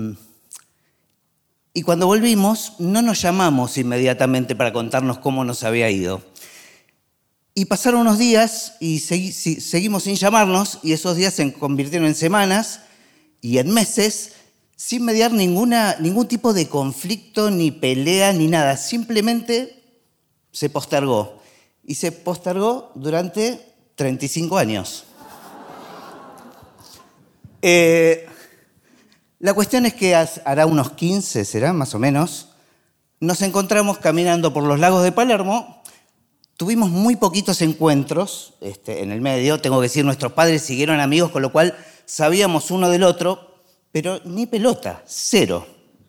cuando volvimos no nos llamamos inmediatamente para contarnos cómo nos había ido. Y pasaron unos días y seguimos sin llamarnos y esos días se convirtieron en semanas y en meses sin mediar ningún tipo de conflicto, ni pelea, ni nada. Simplemente se postergó. Y se postergó durante 35 años. La cuestión es que hará unos 15, será más o menos, nos encontramos caminando por los lagos de Palermo. Tuvimos muy poquitos encuentros en el medio. Tengo que decir, nuestros padres siguieron amigos, con lo cual sabíamos uno del otro, pero ni pelota, cero.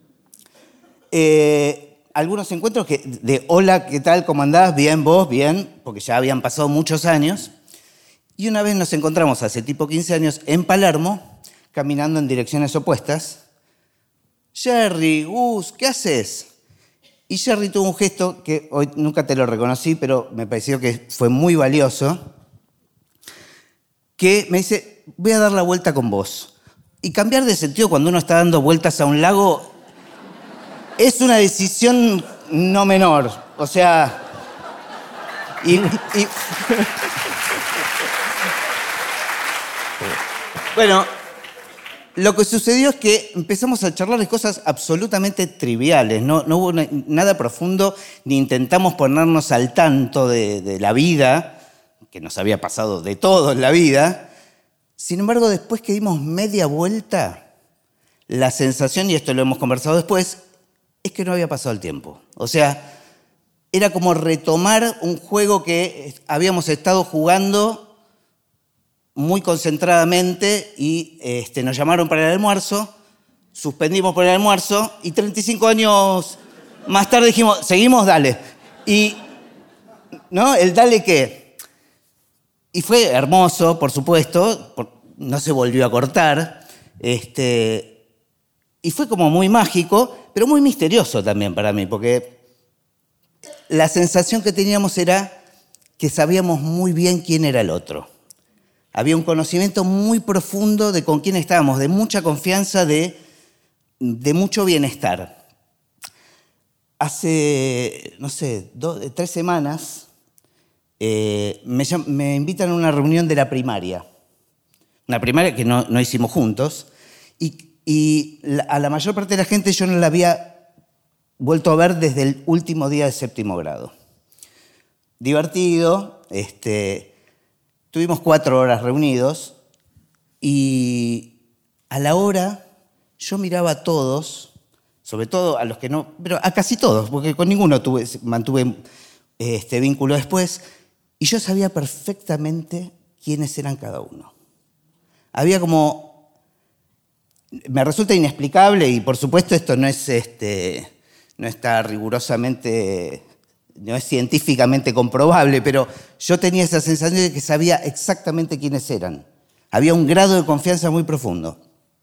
Algunos encuentros de hola, ¿qué tal? ¿Cómo andás? Bien, vos, bien, porque ya habían pasado muchos años. Y una vez nos encontramos hace tipo 15 años en Palermo, caminando en direcciones opuestas. Jerry, Gus, ¿qué haces? Y Jerry tuvo un gesto que hoy nunca te lo reconocí, pero me pareció que fue muy valioso, que me dice, voy a dar la vuelta con vos. Y cambiar de sentido cuando uno está dando vueltas a un lago es una decisión no menor. O sea, bueno, lo que sucedió es que empezamos a charlar de cosas absolutamente triviales, no hubo nada profundo, ni intentamos ponernos al tanto de la vida, que nos había pasado de todo en la vida. Sin embargo, después que dimos media vuelta, la sensación, y esto lo hemos conversado después, es que no había pasado el tiempo. O sea, era como retomar un juego que habíamos estado jugando muy concentradamente y nos llamaron para el almuerzo, suspendimos por el almuerzo y 35 años más tarde dijimos, seguimos, dale. Y, ¿no? El dale qué. Y fue hermoso, por supuesto, no se volvió a cortar, y fue como muy mágico, pero muy misterioso también para mí, porque la sensación que teníamos era que sabíamos muy bien quién era el otro. Había un conocimiento muy profundo de con quién estábamos, de mucha confianza, de de mucho bienestar. Hace, no sé, 3 semanas me invitan a una reunión de la primaria. Una primaria que no hicimos juntos. Y a la mayor parte de la gente yo no la había vuelto a ver desde el último día de 7º grado. Divertido. Tuvimos 4 horas reunidos. Y a la hora yo miraba a todos, sobre todo a los que no, pero a casi todos, porque con ninguno mantuve vínculo después, y yo sabía perfectamente quiénes eran cada uno. Había como... Me resulta inexplicable, y por supuesto esto no está rigurosamente, no es científicamente comprobable, pero yo tenía esa sensación de que sabía exactamente quiénes eran. Había un grado de confianza muy profundo.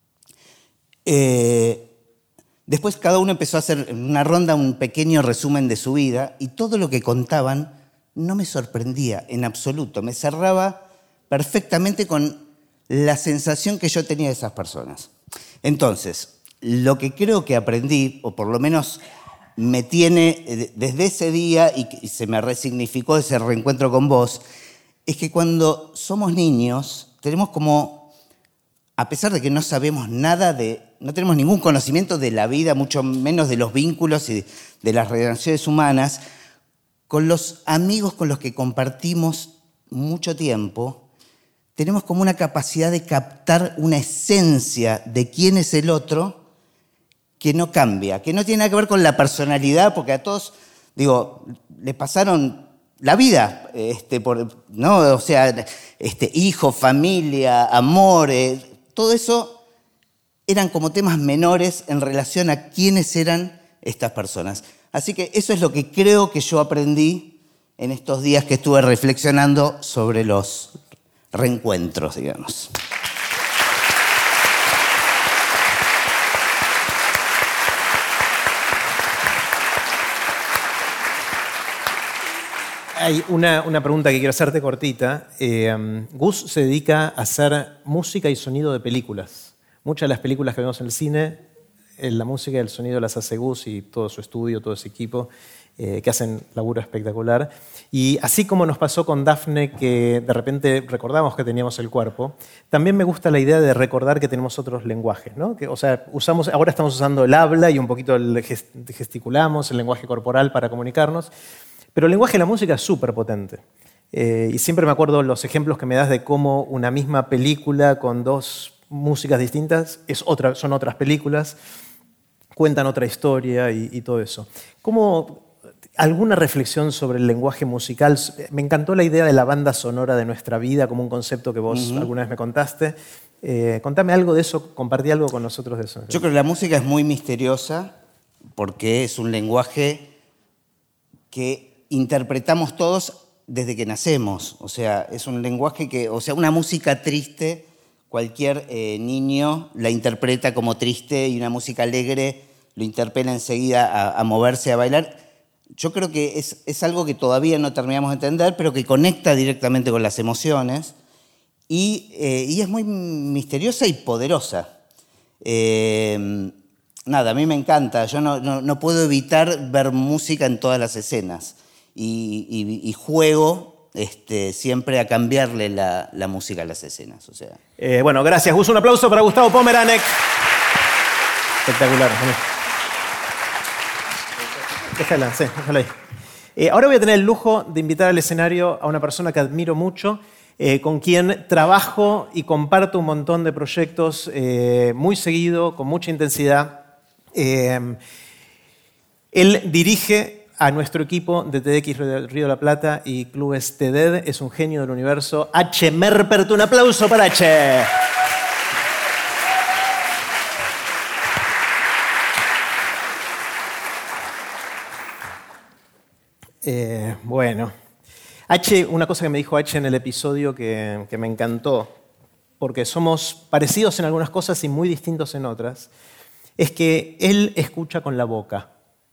Después cada uno empezó a hacer en una ronda un pequeño resumen de su vida y todo lo que contaban no me sorprendía en absoluto. Me cerraba perfectamente con la sensación que yo tenía de esas personas. Entonces, lo que creo que aprendí, o por lo menos me tiene desde ese día y se me resignificó ese reencuentro con vos, es que cuando somos niños tenemos como, a pesar de que no sabemos nada no tenemos ningún conocimiento de la vida, mucho menos de los vínculos y de las relaciones humanas, con los amigos con los que compartimos mucho tiempo, tenemos como una capacidad de captar una esencia de quién es el otro que no cambia, que no tiene nada que ver con la personalidad, porque a todos, le pasaron la vida, ¿no? O sea, hijos, familia, amor, todo eso eran como temas menores en relación a quiénes eran estas personas. Así que eso es lo que creo que yo aprendí en estos días que estuve reflexionando sobre los reencuentros, digamos. Hay una pregunta que quiero hacerte cortita. Gus se dedica a hacer música y sonido de películas. Muchas de las películas que vemos en el cine, la música y el sonido las hace Gus y todo su estudio, todo ese equipo, que hacen laburo espectacular. Y así como nos pasó con Dafne, que de repente recordamos que teníamos el cuerpo, también me gusta la idea de recordar que tenemos otros lenguajes, ¿no? Ahora estamos usando el habla y un poquito gesticulamos, el lenguaje corporal para comunicarnos. Pero el lenguaje de la música es súper potente. Y siempre me acuerdo los ejemplos que me das de cómo una misma película con 2 músicas distintas son otras películas, cuentan otra historia y todo eso. ¿Alguna reflexión sobre el lenguaje musical? Me encantó la idea de la banda sonora de nuestra vida como un concepto que vos alguna vez me contaste. Contame algo de eso, compartí algo con nosotros de eso. Yo creo que la música es muy misteriosa porque es un lenguaje que interpretamos todos desde que nacemos. O sea, es un lenguaje una música triste, cualquier niño la interpreta como triste y una música alegre lo interpela enseguida a moverse, a bailar. Yo creo que es algo que todavía no terminamos de entender, pero que conecta directamente con las emociones y es muy misteriosa y poderosa. Nada, a mí me encanta. Yo no puedo evitar ver música en todas las escenas. Y juego siempre a cambiarle la música a las escenas. O sea. Bueno, gracias, Gus. Un aplauso para Gustavo Pomeranek. Espectacular. Déjala ahí. Ahora voy a tener el lujo de invitar al escenario a una persona que admiro mucho, con quien trabajo y comparto un montón de proyectos muy seguido, con mucha intensidad. Él dirige a nuestro equipo de TEDx Río de la Plata y clubes TEDed. Es un genio del universo. H. Merpert, un aplauso para H. Bueno, H, una cosa que me dijo H en el episodio que me encantó, porque somos parecidos en algunas cosas y muy distintos en otras, es que él escucha con la boca.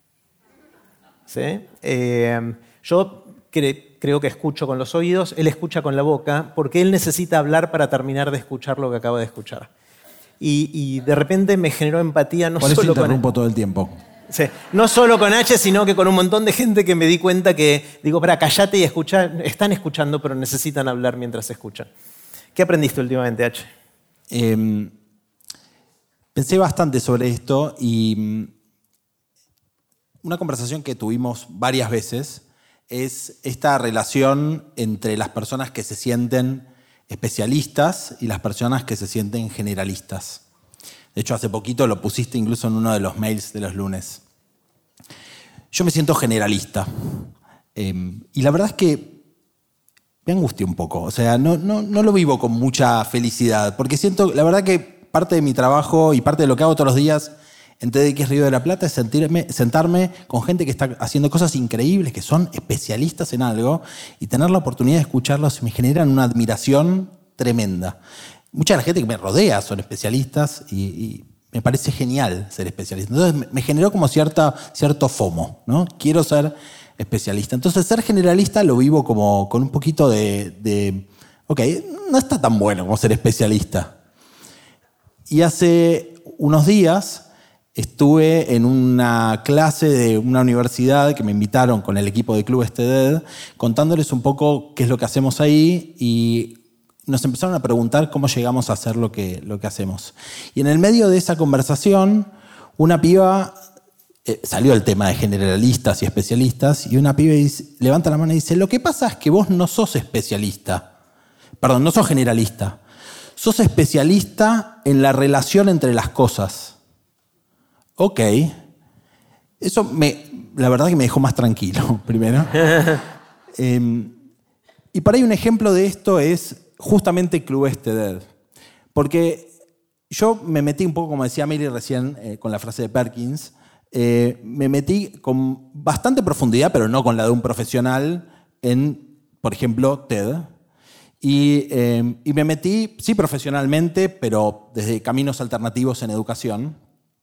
¿Sí? Yo creo que escucho con los oídos, él escucha con la boca, porque él necesita hablar para terminar de escuchar lo que acaba de escuchar. y de repente me generó empatía Por eso interrumpo todo el tiempo. Sí, no solo con H, sino que con un montón de gente que me di cuenta que, digo, callate y escucha, están escuchando, pero necesitan hablar mientras escuchan. ¿Qué aprendiste últimamente, H? Pensé bastante sobre esto y una conversación que tuvimos varias veces es esta relación entre las personas que se sienten especialistas y las personas que se sienten generalistas. De hecho, hace poquito lo pusiste incluso en uno de los mails de los lunes. Yo me siento generalista. Y la verdad es que me angustia un poco. O sea, no lo vivo con mucha felicidad. Porque siento, la verdad que parte de mi trabajo y parte de lo que hago todos los días en TEDx Río de la Plata es sentarme con gente que está haciendo cosas increíbles, que son especialistas en algo, y tener la oportunidad de escucharlos me generan una admiración tremenda. Mucha de la gente que me rodea son especialistas y me parece genial ser especialista. Entonces me generó como cierto FOMO, ¿no? Quiero ser especialista. Entonces ser generalista lo vivo como con un poquito de ok, no está tan bueno como ser especialista. Y hace unos días estuve en una clase de una universidad que me invitaron con el equipo de Clubes TED, contándoles un poco qué es lo que hacemos ahí y nos empezaron a preguntar cómo llegamos a hacer lo que hacemos. Y en el medio de esa conversación, una piba, salió el tema de generalistas y especialistas, y una piba levanta la mano y dice, lo que pasa es que vos no sos especialista. Perdón, no sos generalista. Sos especialista en la relación entre las cosas. Ok. Eso la verdad que me dejó más tranquilo, primero. Y para ahí un ejemplo de esto es justamente Clubes TED. Porque yo me metí un poco, como decía Mary recién, con la frase de Perkins, me metí con bastante profundidad, pero no con la de un profesional, en, por ejemplo, TED. Y me metí, sí, profesionalmente, pero desde caminos alternativos en educación.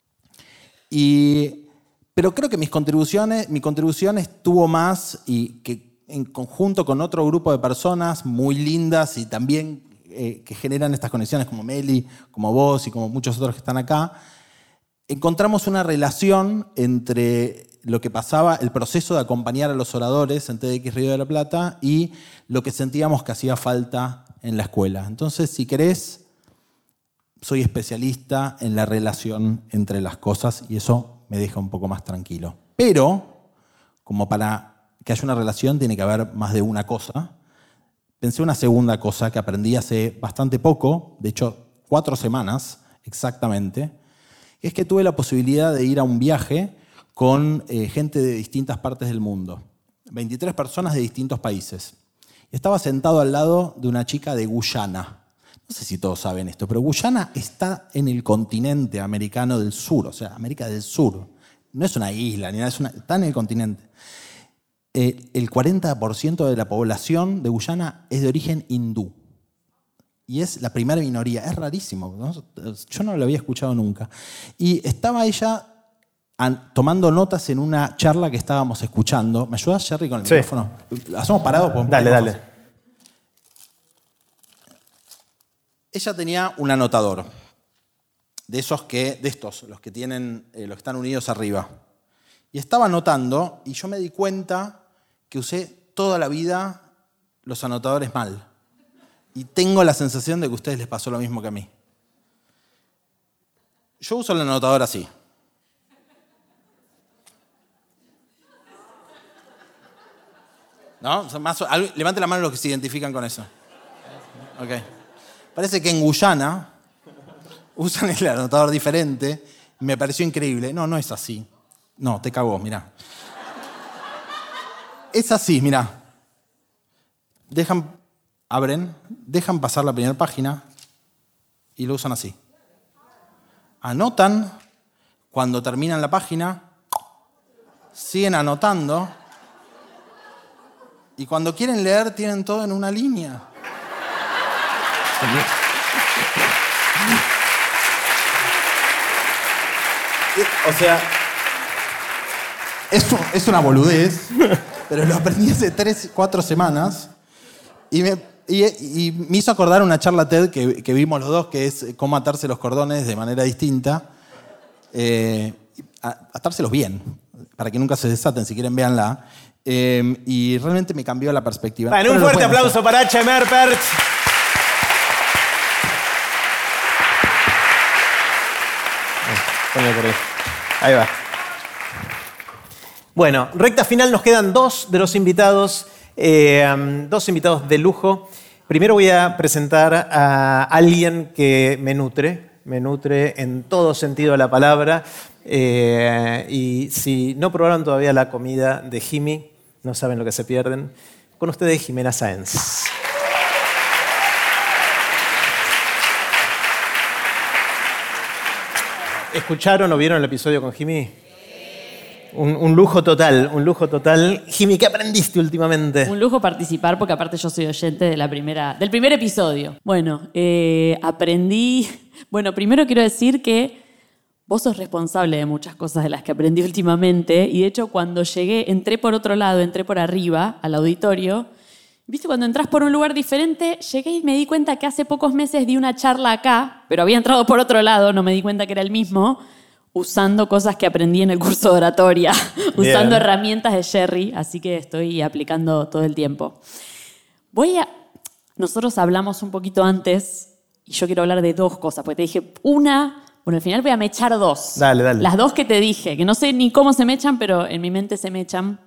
Pero creo que mi contribución estuvo más y que en conjunto con otro grupo de personas muy lindas y también que generan estas conexiones como Meli, como vos y como muchos otros que están acá, encontramos una relación entre lo que pasaba, el proceso de acompañar a los oradores en TEDx Río de la Plata y lo que sentíamos que hacía falta en la escuela. Entonces, si querés, soy especialista en la relación entre las cosas y eso me deja un poco más tranquilo. Pero, como para que haya una relación tiene que haber más de una cosa. Pensé una segunda cosa que aprendí hace bastante poco, de hecho 4 semanas exactamente, es que tuve la posibilidad de ir a un viaje con gente de distintas partes del mundo, 23 personas de distintos países. Estaba sentado al lado de una chica de Guyana. No sé si todos saben esto, pero Guyana está en el continente americano del sur, o sea, América del Sur. No es una isla, ni nada, está en el continente. El 40% de la población de Guyana es de origen hindú. Y es la primera minoría. Es rarísimo, ¿no? Yo no lo había escuchado nunca. Y estaba ella tomando notas en una charla que estábamos escuchando. ¿Me ayudas, Jerry, con el micrófono? ¿Hacemos parados? Dale. Ella tenía un anotador. De estos, los que están unidos arriba. Y estaba anotando y yo me di cuenta que usé toda la vida los anotadores mal. Y tengo la sensación de que a ustedes les pasó lo mismo que a mí. Yo uso el anotador así. ¿No? Levante la mano los que se identifican con eso. Okay. Parece que en Guyana usan el anotador diferente. Me pareció increíble. No es así. No, te cagó, mirá. Es así, mirá. Dejan pasar la primera página y lo usan así. Anotan, cuando terminan la página, siguen anotando y cuando quieren leer tienen todo en una línea. O sea, es una boludez, pero lo aprendí hace 3-4 semanas y Y me hizo acordar una charla TED que vimos los dos, que es cómo atarse los cordones de manera distinta. Atárselos bien, para que nunca se desaten, si quieren, véanla. Y realmente me cambió la perspectiva. Bueno, un fuerte aplauso para H. Merpertz. Ponlo por ahí. Ahí va. Bueno, recta final, nos quedan dos de los invitados, dos invitados de lujo. Primero voy a presentar a alguien que me nutre en todo sentido de la palabra. Y si no probaron todavía la comida de Jimmy, no saben lo que se pierden. Con ustedes, Jimena Sáenz. ¿Escucharon o vieron el episodio con Jimmy? Un lujo total, un lujo total. Jimmy, ¿qué aprendiste últimamente? Un lujo participar, porque aparte yo soy oyente del primer episodio. Bueno, aprendí... Bueno, primero quiero decir que vos sos responsable de muchas cosas de las que aprendí últimamente, y de hecho cuando llegué, entré por otro lado, entré por arriba al auditorio. ¿Viste? Cuando entras por un lugar diferente, llegué y me di cuenta que hace pocos meses di una charla acá, pero había entrado por otro lado, no me di cuenta que era el mismo, usando cosas que aprendí en el curso de oratoria, usando herramientas de Jerry, así que estoy aplicando todo el tiempo. Nosotros hablamos un poquito antes, y yo quiero hablar de dos cosas, porque te dije una... Bueno, al final voy a mechar dos. Dale, dale. Las dos que te dije, que no sé ni cómo se mechan, pero en mi mente se mechan.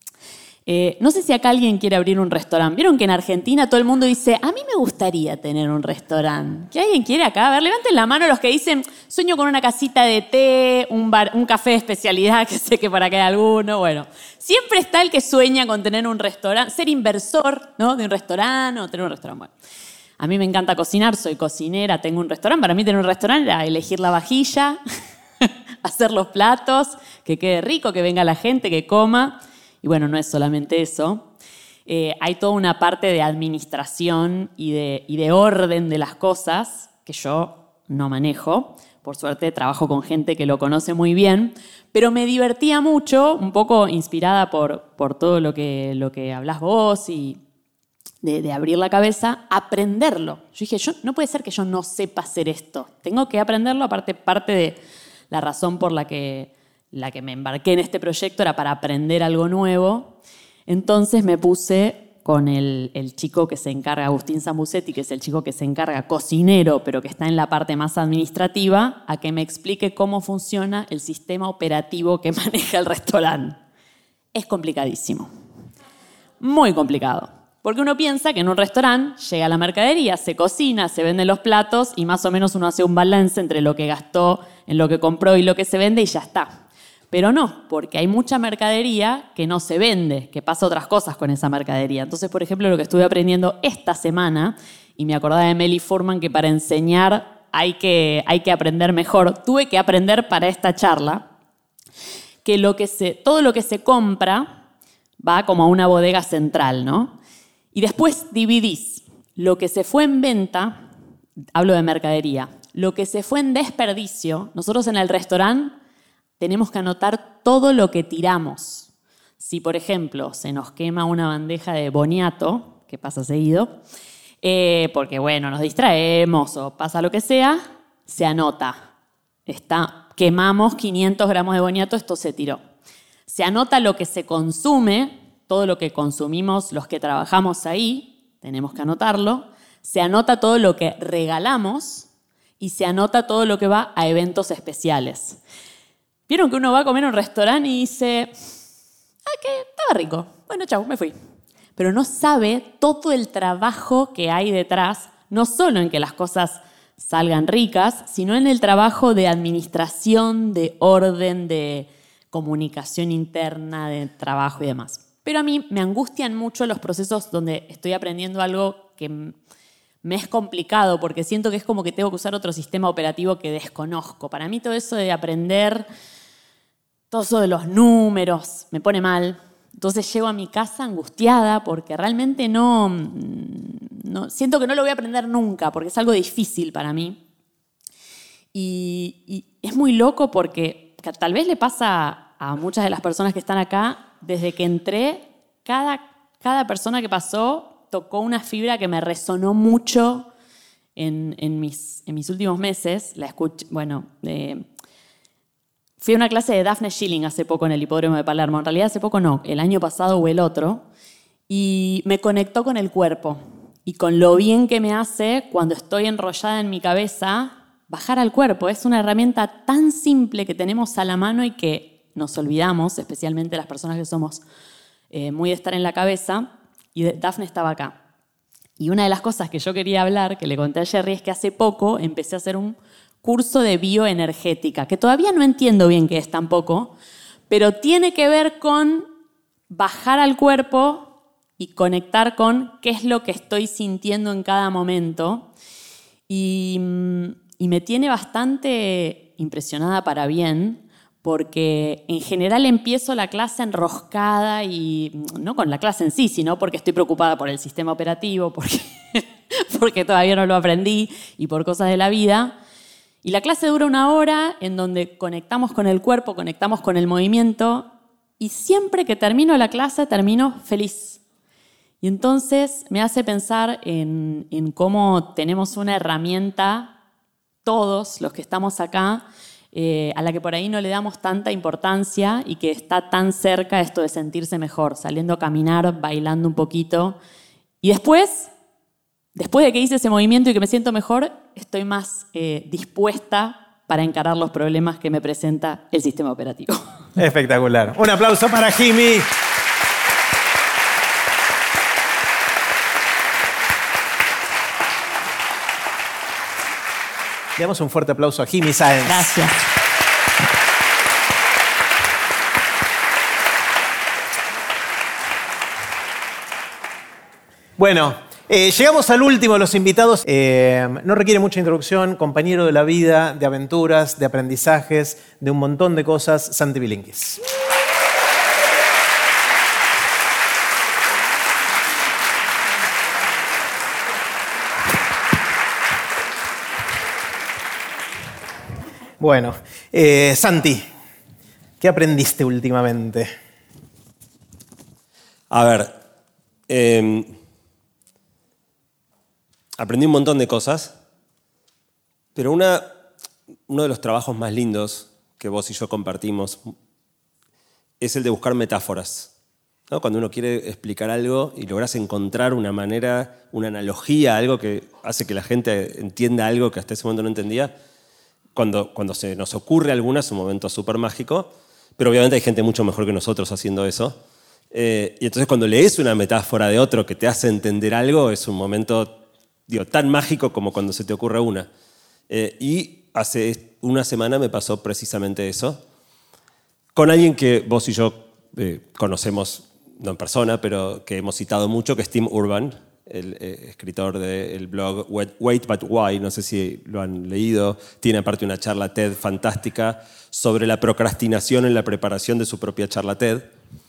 No sé si acá alguien quiere abrir un restaurante. ¿Vieron que en Argentina todo el mundo dice, a mí me gustaría tener un restaurante? ¿Qué alguien quiere acá? A ver, levanten la mano los que dicen, sueño con una casita de té, un café de especialidad, que sé que para acá hay alguno. Bueno, siempre está el que sueña con tener un restaurante, ser inversor, ¿no? De un restaurante o tener un restaurante. Bueno, a mí me encanta cocinar, soy cocinera, tengo un restaurante. Para mí tener un restaurante era elegir la vajilla, hacer los platos, que quede rico, que venga la gente, que coma. Y bueno, no es solamente eso. Hay toda una parte de administración y de orden de las cosas que yo no manejo. Por suerte trabajo con gente que lo conoce muy bien. Pero me divertía mucho, un poco inspirada por todo lo que hablás vos y de abrir la cabeza, aprenderlo. Yo dije, no puede ser que yo no sepa hacer esto. Tengo que aprenderlo. Aparte, parte de la razón por la que me embarqué en este proyecto era para aprender algo nuevo. Entonces me puse con el chico que se encarga, Agustín Zambucetti, que es el chico que se encarga, cocinero, pero que está en la parte más administrativa, a que me explique cómo funciona el sistema operativo que maneja el restaurante. Es complicadísimo. Muy complicado. Porque uno piensa que en un restaurante llega la mercadería, se cocina, se venden los platos y más o menos uno hace un balance entre lo que gastó, en lo que compró y lo que se vende y ya está. Pero no, porque hay mucha mercadería que no se vende, que pasa otras cosas con esa mercadería. Entonces, por ejemplo, lo que estuve aprendiendo esta semana, y me acordaba de Meli Furman, que para enseñar hay que aprender mejor. Tuve que aprender para esta charla que todo lo que se compra va como a una bodega central, ¿no? Y después dividís lo que se fue en venta, hablo de mercadería, lo que se fue en desperdicio. Nosotros en el restaurante tenemos que anotar todo lo que tiramos. Si, por ejemplo, se nos quema una bandeja de boniato, que pasa seguido, porque, bueno, nos distraemos o pasa lo que sea, se anota. Quemamos 500 gramos de boniato, esto se tiró. Se anota lo que se consume, todo lo que consumimos los que trabajamos ahí, tenemos que anotarlo. Se anota todo lo que regalamos y se anota todo lo que va a eventos especiales. ¿Vieron que uno va a comer a un restaurante y dice, que estaba rico? Bueno, chau, me fui. Pero no sabe todo el trabajo que hay detrás, no solo en que las cosas salgan ricas, sino en el trabajo de administración, de orden, de comunicación interna, de trabajo y demás. Pero a mí me angustian mucho los procesos donde estoy aprendiendo algo que me es complicado, porque siento que es como que tengo que usar otro sistema operativo que desconozco. Para mí todo eso de aprender, todo eso de los números, me pone mal. Entonces llego a mi casa angustiada porque realmente no siento que no lo voy a aprender nunca, porque es algo difícil para mí. Y es muy loco porque tal vez le pasa a muchas de las personas que están acá, desde que entré, cada persona que pasó tocó una fibra que me resonó mucho en mis últimos meses. La escuché, fui a una clase de Daphne Schilling hace poco en el Hipódromo de Palermo. En realidad hace poco no, el año pasado o el otro. Y me conectó con el cuerpo y con lo bien que me hace cuando estoy enrollada en mi cabeza bajar al cuerpo. Es una herramienta tan simple que tenemos a la mano y que nos olvidamos, especialmente las personas que somos muy de estar en la cabeza. Y Daphne estaba acá. Y una de las cosas que yo quería hablar, que le conté a Jerry, es que hace poco empecé a hacer un curso de bioenergética, que todavía no entiendo bien qué es tampoco, pero tiene que ver con bajar al cuerpo y conectar con qué es lo que estoy sintiendo en cada momento. Y me tiene bastante impresionada para bien, porque en general empiezo la clase enroscada, y no con la clase en sí, sino porque estoy preocupada por el sistema operativo, porque todavía no lo aprendí y por cosas de la vida. Y la clase dura 1 hora en donde conectamos con el cuerpo, conectamos con el movimiento, y siempre que termino la clase termino feliz. Y entonces me hace pensar en cómo tenemos una herramienta, todos los que estamos acá, a la que por ahí no le damos tanta importancia y que está tan cerca esto de sentirse mejor, saliendo a caminar, bailando un poquito. Y después de que hice ese movimiento y que me siento mejor, estoy más dispuesta para encarar los problemas que me presenta el sistema operativo. Espectacular. Un aplauso para Jimmy. Le damos un fuerte aplauso a Jimmy Sáenz. Gracias. Bueno, llegamos al último de los invitados. No requiere mucha introducción, compañero de la vida, de aventuras, de aprendizajes, de un montón de cosas, Santi Bilinkis. Bueno, Santi, ¿qué aprendiste últimamente? A ver, aprendí un montón de cosas, pero uno de los trabajos más lindos que vos y yo compartimos es el de buscar metáforas, ¿no? Cuando uno quiere explicar algo y lográs encontrar una manera, una analogía, algo que hace que la gente entienda algo que hasta ese momento no entendía. Cuando se nos ocurre alguna es un momento súper mágico, pero obviamente hay gente mucho mejor que nosotros haciendo eso. Y entonces cuando lees una metáfora de otro que te hace entender algo, es un momento tan mágico como cuando se te ocurre una. Y hace una semana me pasó precisamente eso, con alguien que vos y yo conocemos, no en persona, pero que hemos citado mucho, que es Tim Urban, el escritor del blog Wait But Why, no sé si lo han leído. Tiene aparte una charla TED fantástica sobre la procrastinación en la preparación de su propia charla TED.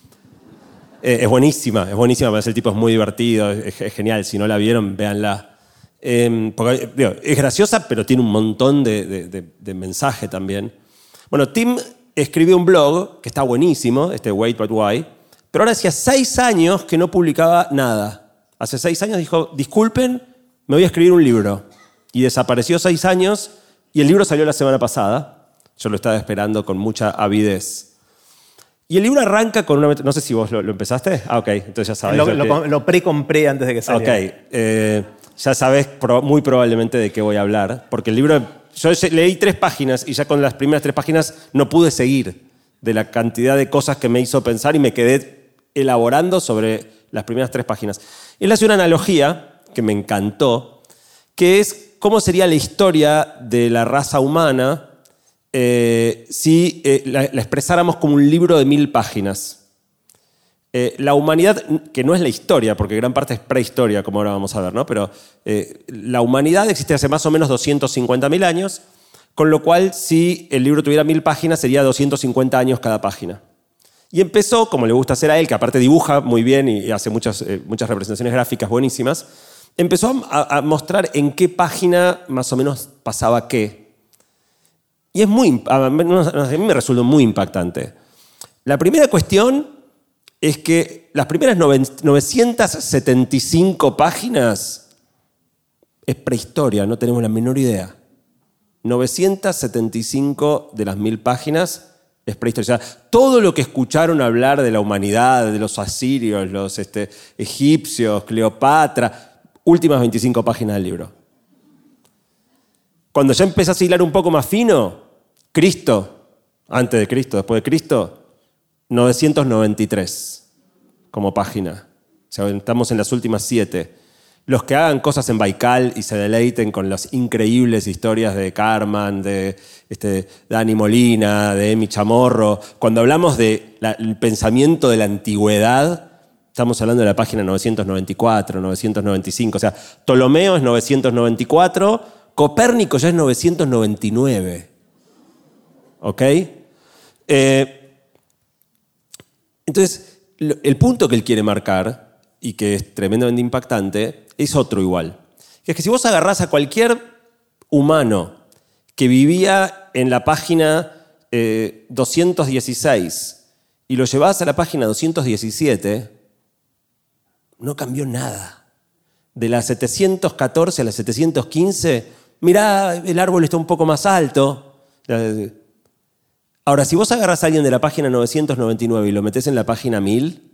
Es buenísima, parece el tipo es muy divertido, es genial. Si no la vieron, véanla. Porque, es graciosa, pero tiene un montón de mensaje también. Bueno, Tim escribió un blog que está buenísimo, Wait But Why, pero ahora hacía 6 años que no publicaba nada. Hace 6 años dijo, disculpen, me voy a escribir un libro. Y desapareció 6 años y el libro salió la semana pasada. Yo lo estaba esperando con mucha avidez. Y el libro arranca con una... No sé si vos lo empezaste. Ah, ok, entonces ya sabés. Lo precompré antes de que saliera. Ok, ya sabés muy probablemente de qué voy a hablar. Porque el libro... Yo leí 3 páginas y ya con las primeras 3 páginas no pude seguir de la cantidad de cosas que me hizo pensar y me quedé elaborando sobre las primeras 3 páginas. Él hace una analogía que me encantó, que es cómo sería la historia de la raza humana si la expresáramos como un libro de 1000 páginas. La humanidad, que no es la historia, porque gran parte es prehistoria, como ahora vamos a ver, ¿no? Pero la humanidad existe hace más o menos 250.000 años, con lo cual si el libro tuviera 1000 páginas sería 250 años cada página. Y empezó, como le gusta hacer a él, que aparte dibuja muy bien y hace muchas representaciones gráficas buenísimas, empezó a mostrar en qué página más o menos pasaba qué. Y a mí me resultó muy impactante. La primera cuestión es que las primeras 975 páginas es prehistoria, no tenemos la menor idea. 975 de las 1000 páginas es prehistoria. O sea, todo lo que escucharon hablar de la humanidad, de los asirios, los egipcios, Cleopatra, últimas 25 páginas del libro. Cuando ya empezás a hilar un poco más fino, Cristo, antes de Cristo, después de Cristo, 993 como página. O sea, estamos en las últimas 7. Los que hagan cosas en Baikal y se deleiten con las increíbles historias de Carman, de Dani Molina, de Emi Chamorro, cuando hablamos del pensamiento de la antigüedad, estamos hablando de la página 994, 995. O sea, Ptolomeo es 994, Copérnico ya es 999. ¿Ok? Entonces, el punto que él quiere marcar, y que es tremendamente impactante, es otro igual. Es que si vos agarrás a cualquier humano que vivía en la página 216 y lo llevás a la página 217, no cambió nada. De la 714 a la 715, mirá, el árbol está un poco más alto. Ahora, si vos agarrás a alguien de la página 999 y lo metés en la página 1000,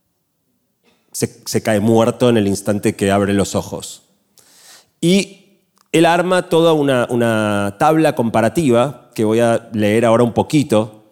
se cae muerto en el instante que abre los ojos. Y él arma toda una tabla comparativa, que voy a leer ahora un poquito.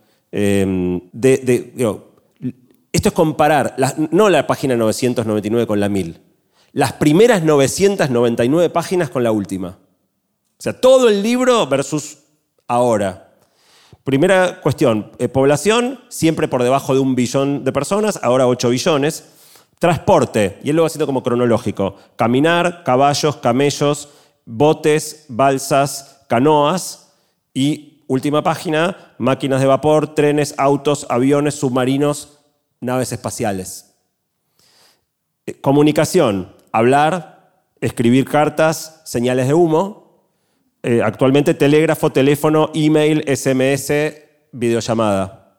Esto es comparar, no la página 999 con la 1000, las primeras 999 páginas con la última. O sea, todo el libro versus ahora. Primera cuestión, población, siempre por debajo de 1 billón de personas, ahora 8 billones. Transporte, y él lo va haciendo como cronológico. Caminar, caballos, camellos, botes, balsas, canoas. Y última página, máquinas de vapor, trenes, autos, aviones, submarinos, naves espaciales. Comunicación, hablar, escribir cartas, señales de humo. Actualmente telégrafo, teléfono, email, SMS, videollamada.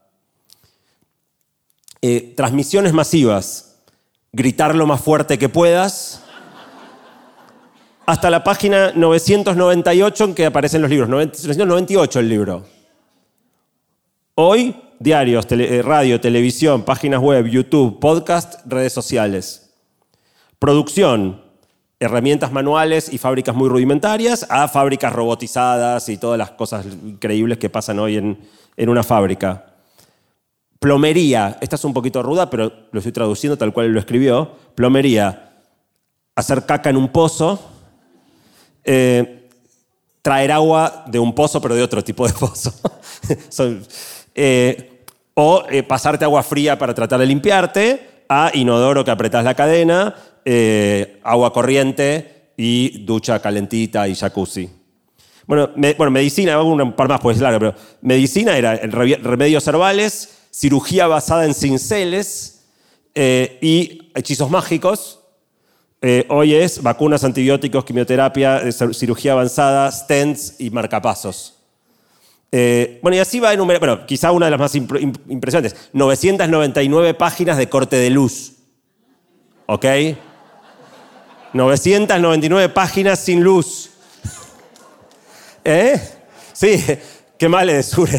Transmisiones masivas. Gritar lo más fuerte que puedas, hasta la página 998 en que aparecen los libros, 998 el libro. Hoy, diarios, radio, televisión, páginas web, YouTube, podcast, redes sociales. Producción, herramientas manuales y fábricas muy rudimentarias a fábricas robotizadas y todas las cosas increíbles que pasan hoy en una fábrica. Plomería, esta es un poquito ruda, pero lo estoy traduciendo tal cual él lo escribió. Plomería, hacer caca en un pozo, traer agua de un pozo, pero de otro tipo de pozo. O pasarte agua fría para tratar de limpiarte, a inodoro que apretás la cadena, agua corriente y ducha calentita y jacuzzi. Bueno, medicina, hago un par más, pues largo, pero medicina era remedios herbales, cirugía basada en cinceles y hechizos mágicos. Hoy es vacunas, antibióticos, quimioterapia, cirugía avanzada, stents y marcapasos. Y así va a enumerar, bueno, quizá una de las más impresionantes, 999 páginas de corte de luz. ¿Ok? 999 páginas sin luz. Sí, qué mal es, Sure.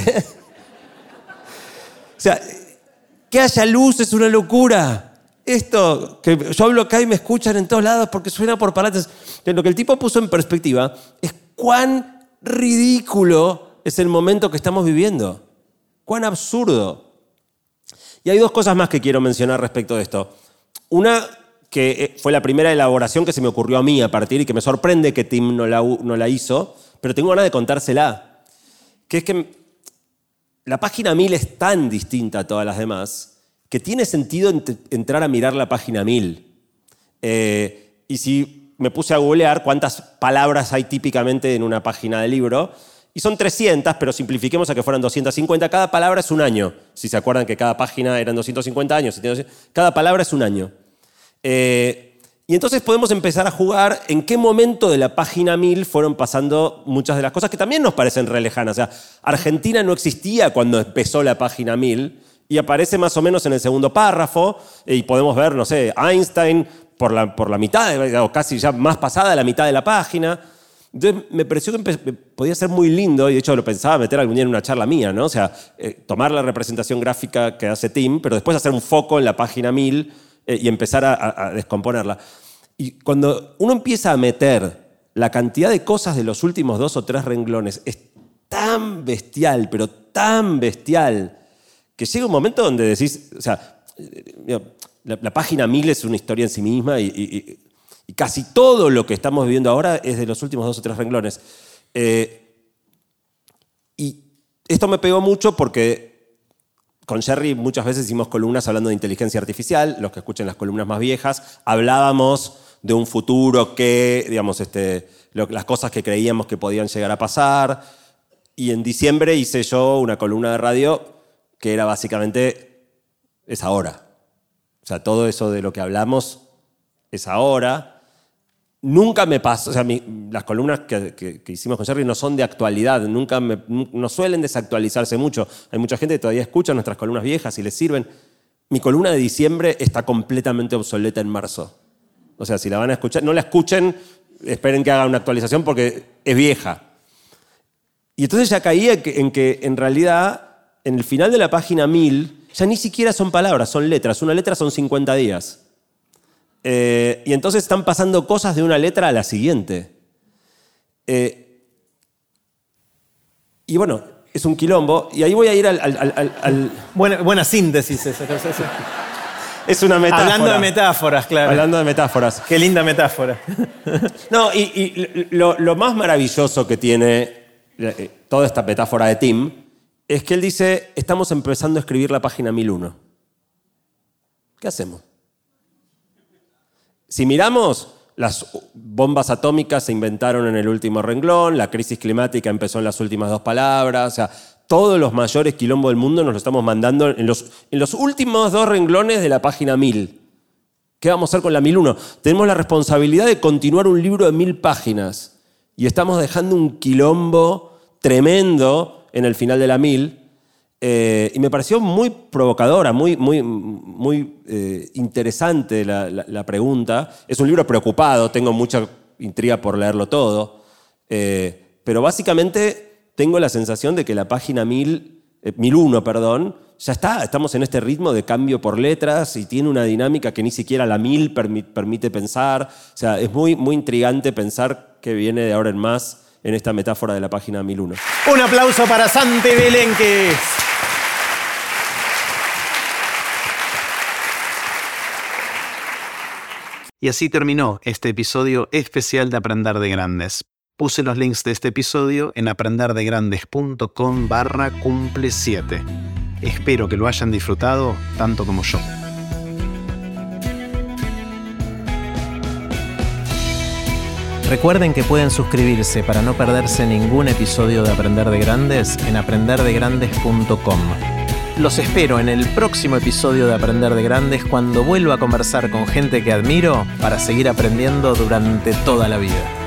O sea, que haya luz es una locura. Esto, que yo hablo acá y me escuchan en todos lados porque suena por parlantes. Lo que el tipo puso en perspectiva es cuán ridículo es el momento que estamos viviendo. Cuán absurdo. Y hay 2 cosas más que quiero mencionar respecto de esto. Una, que fue la primera elaboración que se me ocurrió a mí a partir y que me sorprende que Tim no la hizo, pero tengo ganas de contársela. Que es que la página 1000 es tan distinta a todas las demás que tiene sentido entrar a mirar la página 1000. Y si me puse a googlear cuántas palabras hay típicamente en una página de libro, y son 300, pero simplifiquemos a que fueran 250. Cada palabra es un año. Si se acuerdan que cada página eran 250 años, cada palabra es un año. Y entonces podemos empezar a jugar en qué momento de la página 1000 fueron pasando muchas de las cosas que también nos parecen re lejanas. O sea, Argentina no existía cuando empezó la página 1000 y aparece más o menos en el segundo párrafo, y podemos ver, no sé, Einstein por la mitad, o casi ya más pasada de la mitad de la página. Entonces me pareció que podía ser muy lindo, y de hecho lo pensaba meter algún día en una charla mía, ¿no? O sea, tomar la representación gráfica que hace Tim, pero después hacer un foco en la página 1000 y empezar a descomponerla. Y cuando uno empieza a meter la cantidad de cosas de los últimos 2 o 3 renglones, es tan bestial, pero tan bestial, que llega un momento donde decís, o sea, la página 1000 es una historia en sí misma y casi todo lo que estamos viviendo ahora es de los últimos 2 o 3 renglones. Y esto me pegó mucho porque con Jerry muchas veces hicimos columnas hablando de inteligencia artificial. Los que escuchen las columnas más viejas, hablábamos de un futuro que, digamos, las cosas que creíamos que podían llegar a pasar. Y en diciembre hice yo una columna de radio que era básicamente, es ahora. O sea, todo eso de lo que hablamos es ahora. Nunca me pasó, o sea, las columnas que hicimos con Jerry no son de actualidad, no suelen desactualizarse mucho. Hay mucha gente que todavía escucha nuestras columnas viejas y les sirven. Mi columna de diciembre está completamente obsoleta en marzo. O sea, si la van a escuchar, no la escuchen, esperen que haga una actualización porque es vieja. Y entonces ya caí en que en realidad, en el final de la página 1000, ya ni siquiera son palabras, son letras. Una letra son 50 días. Y entonces están pasando cosas de una letra a la siguiente. Y bueno, es un quilombo. Y ahí voy a ir al... Buena síntesis esa. Es una metáfora. Hablando de metáforas, claro. Hablando de metáforas. Qué linda metáfora. No, y lo más maravilloso que tiene toda esta metáfora de Tim es que él dice, estamos empezando a escribir la página 1001. ¿Qué hacemos? Si miramos, las bombas atómicas se inventaron en el último renglón, la crisis climática empezó en las últimas 2 palabras, o sea, todos los mayores quilombos del mundo nos lo estamos mandando en los últimos 2 renglones de la página 1000. ¿Qué vamos a hacer con la 1001? Tenemos la responsabilidad de continuar un libro de 1000 páginas y estamos dejando un quilombo tremendo en el final de la 1000. Y me pareció muy provocadora, muy interesante la pregunta. Es un libro preocupado, tengo mucha intriga por leerlo todo, pero básicamente tengo la sensación de que la página 1001, ya está, estamos en este ritmo de cambio por letras y tiene una dinámica que ni siquiera la 1000 permite pensar. O sea, es muy intrigante pensar que viene de ahora en más en esta metáfora de la página 1001. Un aplauso para Santi Belenques. Y así terminó este episodio especial de Aprender de Grandes. Puse los links de este episodio en aprenderdegrandes.com/cumple7. Espero que lo hayan disfrutado tanto como yo. Recuerden que pueden suscribirse para no perderse ningún episodio de Aprender de Grandes en aprenderdegrandes.com. Los espero en el próximo episodio de Aprender de Grandes cuando vuelva a conversar con gente que admiro para seguir aprendiendo durante toda la vida.